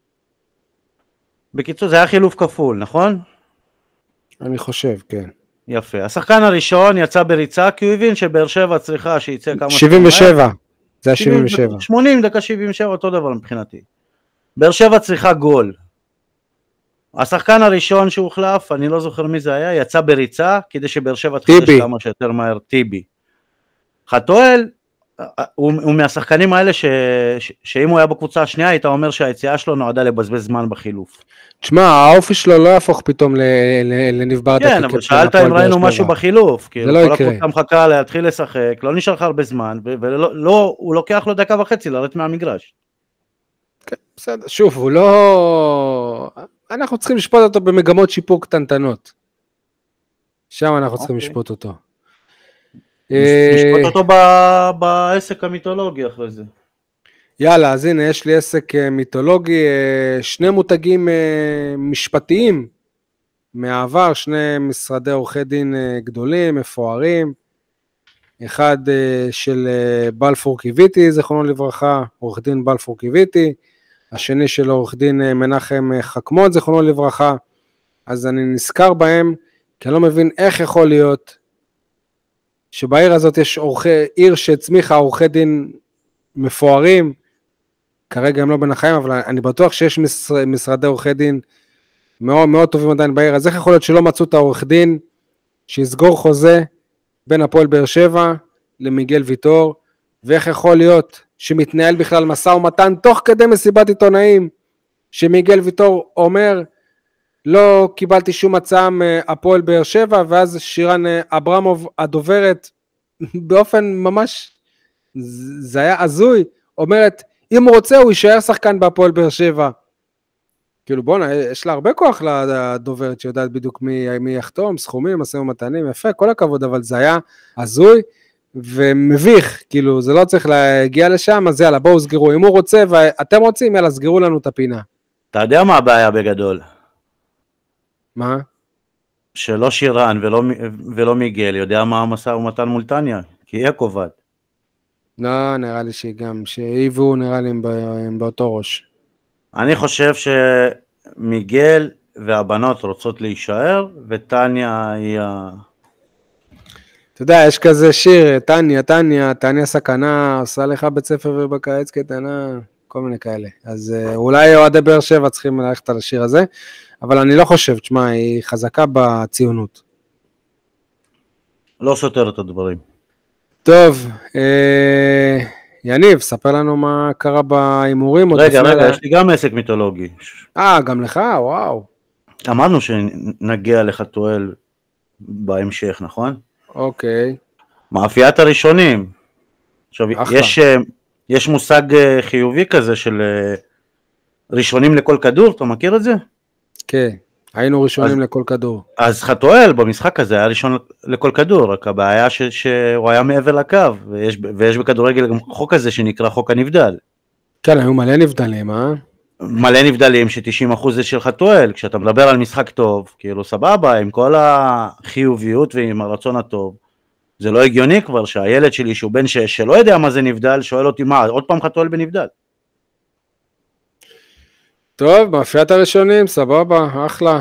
בקיצור, זה היה חילוף כפול, נכון? אני חושב, כן. יפה. השחקן הראשון יצא בריצה, כי הוא הבין שבאר שבע צריכה שיצא כמה... שבעים ושבע, זה היה שבעים ושבע. שמונים, דקה שבעים ושבע, אותו דבר מבחינתי. באר שבע צריכה גול. השחקן הראשון שהוחלף, אני לא זוכר מי זה היה, יצא בריצה, כדי שבאר שבע תחדש כמה שיותר מהר, טיבי. חתואל, הוא, הוא מהשחקנים האלה ש, ש, שאם הוא היה בקבוצה השנייה, היית אומר שהיציאה שלו נועדה לבזבז זמן בחילוף. תשמע, האופי שלו לא יהפוך פתאום לנבחרת כן, אבל שאלת אם ראינו משהו בחילוף, כי כל הקבוצה מחכה להתחיל לשחק, לא נשאר לך הרבה זמן, והוא לוקח לו דקה וחצי לרדת מהמגרש. כן, בסדר, שוב, הוא לא... אנחנו צריכים לשפוט אותו במגמות שיפור קטנטנות. שם אנחנו צריכים לשפוט אותו. לשפוט אותו בעסק המיתולוגי אחרי זה. יאללה, אז הנה, יש לי עסק מיתולוגי, שני מותגים משפטיים מהעבר, שני משרדי עורכי דין גדולים, מפוארים, אחד של בלפור קיוויתי, זכרונו לברכה, עורך דין בלפור קיוויתי, השני של עורך דין מנחם חכמון, זכרונו לברכה, אז אני נזכר בהם, כי אני לא מבין איך יכול להיות, שבעיר הזאת יש עורכי, עיר שהצמיחה עורכי דין מפוארים, כרגע הם לא בין החיים, אבל אני בטוח שיש משרד, משרדי עורכי דין מאוד, מאוד טובים עדיין בעיר, אז איך יכול להיות שלא מצאו את העורך דין, שיסגור חוזה בין הפועל באר שבע למיגל ויטור, ואיך יכול להיות שמתנהל בכלל משא ומתן תוך כדי מסיבת עיתונאים, שמיגל ויטור אומר, לא קיבלתי שום הצעה מהפועל באר שבע, ואז שירן אברמוב הדוברת, באופן ממש, זה היה עזוי, אומרת, אם הוא רוצה הוא יישאר שחקן בהפועל באר שבע. כאילו בוא'נה, יש לה הרבה כוח לדוברת שיודעת בדיוק מי, מי יחתום, סכומים, משאים ומתנים, יפה, כל הכבוד, אבל זה היה עזוי ומביך, כאילו זה לא צריך להגיע לשם, אז יאללה בואו סגרו, אם הוא רוצה ואתם רוצים, יאללה סגרו לנו את הפינה. אתה יודע מה הבעיה בגדול? מה? שלא שירן ולא, ולא מיגל יודע מה המשא ומתן מול טניה, כי היא הקובעת. לא, נראה לי שגם, שהיא והוא נראה לי הם באותו ראש. אני חושב שמיגל והבנות רוצות להישאר, וטניה היא ה... אתה יודע, יש כזה שיר, טניה, טניה, טניה סכנה, עושה לך בית ספר ובקיץ קטנה, כל מיני כאלה. אז אולי אוהדי באר שבע צריכים ללכת על השיר הזה, אבל אני לא חושב, תשמע, היא חזקה בציונות. לא סותר את הדברים. טוב, אה, יניב, ספר לנו מה קרה באימורים. רגע, רגע, לה... יש לי גם עסק מיתולוגי. אה, גם לך? וואו. אמרנו שנגיע לחתואל בהמשך, נכון? אוקיי. מאפיית הראשונים. עכשיו, יש, יש מושג חיובי כזה של ראשונים לכל כדור, אתה מכיר את זה? כן, היינו ראשונים אז, לכל כדור. אז חתואל במשחק הזה היה ראשון לכל כדור, רק הבעיה ש, שהוא היה מעבר לקו, ויש, ויש בכדורגל גם חוק הזה שנקרא חוק הנבדל. כן, היו מלא נבדלים, אה? מלא נבדלים ש-תשעים אחוז זה של חתואל, כשאתה מדבר על משחק טוב, כאילו סבבה, עם כל החיוביות ועם הרצון הטוב, זה לא הגיוני כבר שהילד שלי שהוא בן שש, שלא יודע מה זה נבדל, שואל אותי מה, עוד פעם חתואל בנבדל. טוב, מאפיית הראשונים, סבבה, אחלה.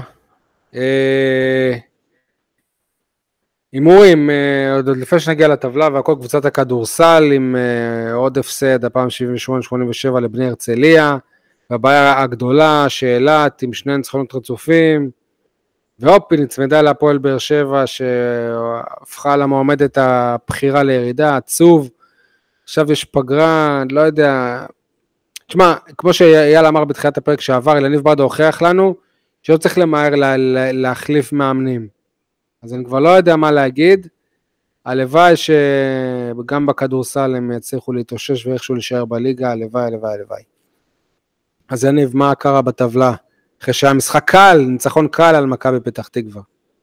הימורים, עוד לפני שנגיע לטבלה והכל, קבוצת הכדורסל עם עוד הפסד, הפעם שבעים ושמונה שמונים ושבע לבני הרצליה, והבעיה הגדולה, שאלת עם שני ניצחונות רצופים, והופי נצמדה להפועל באר שבע, שהפכה למועמדת הבחירה לירידה, עצוב, עכשיו יש פגרה, לא יודע... תשמע, כמו שאייל אמר בתחילת הפרק שעבר, אלניב ברדה הוכיח לנו, שלא צריך למהר לה, לה, להחליף מאמנים. אז אני כבר לא יודע מה להגיד, הלוואי שגם בכדורסל הם יצליחו להתאושש ואיכשהו להישאר בליגה, הלוואי, הלוואי, הלוואי. אז יניב, מה קרה בטבלה? אחרי שהיה משחק קל, ניצחון קל על מכבי פתח תקווה.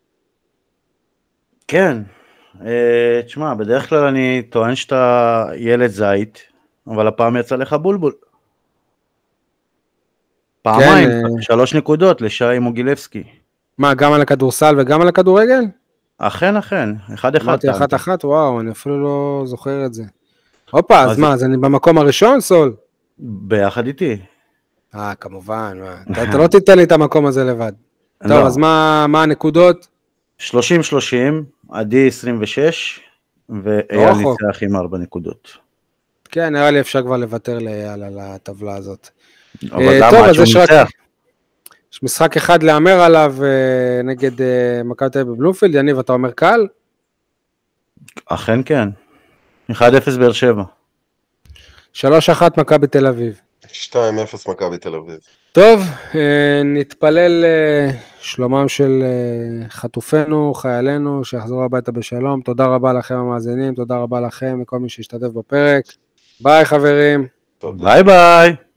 כן, אה, תשמע, בדרך כלל אני טוען שאתה ילד זית, אבל הפעם יצא לך בולבול. פעמיים, כן, אה, שלוש נקודות לשי מוגילבסקי. מה, גם על הכדורסל וגם על הכדורגל? אכן, אכן, אחד אחד. אמרתי אחת אחת, וואו, אני אפילו לא זוכר את זה. הופה, אז אז- מה, אז אני במקום הראשון, סול? ביחד איתי. אה, כמובן, מה, אתה, אתה לא תיתן לי את המקום הזה לבד. טוב, לא. אז מה, מה הנקודות? שלושים שלושים, עדי עשרים ושש, ואייל לא רחוק. ניצח עם ארבע נקודות. כן, נראה לי אפשר כבר לוותר לאייל על הטבלה הזאת. אבל אה, למה? טוב, עד אז שהוא יש רק- ניצח. יש משחק אחד להמר עליו אה, נגד אה, מכבי תל אביב בבלומפילד, יניב, אתה אומר קל? אכן כן. אחד אפס באר שבע. שלוש אחת מכבי תל אביב. שתיים אפס מכבי תל אביב. טוב, אה, נתפלל אה, שלומם של אה, חטופינו, חיילינו, שיחזרו הביתה בשלום. תודה רבה לכם המאזינים, תודה רבה לכם וכל מי שהשתתף בפרק. ביי חברים. תודה. ביי ביי.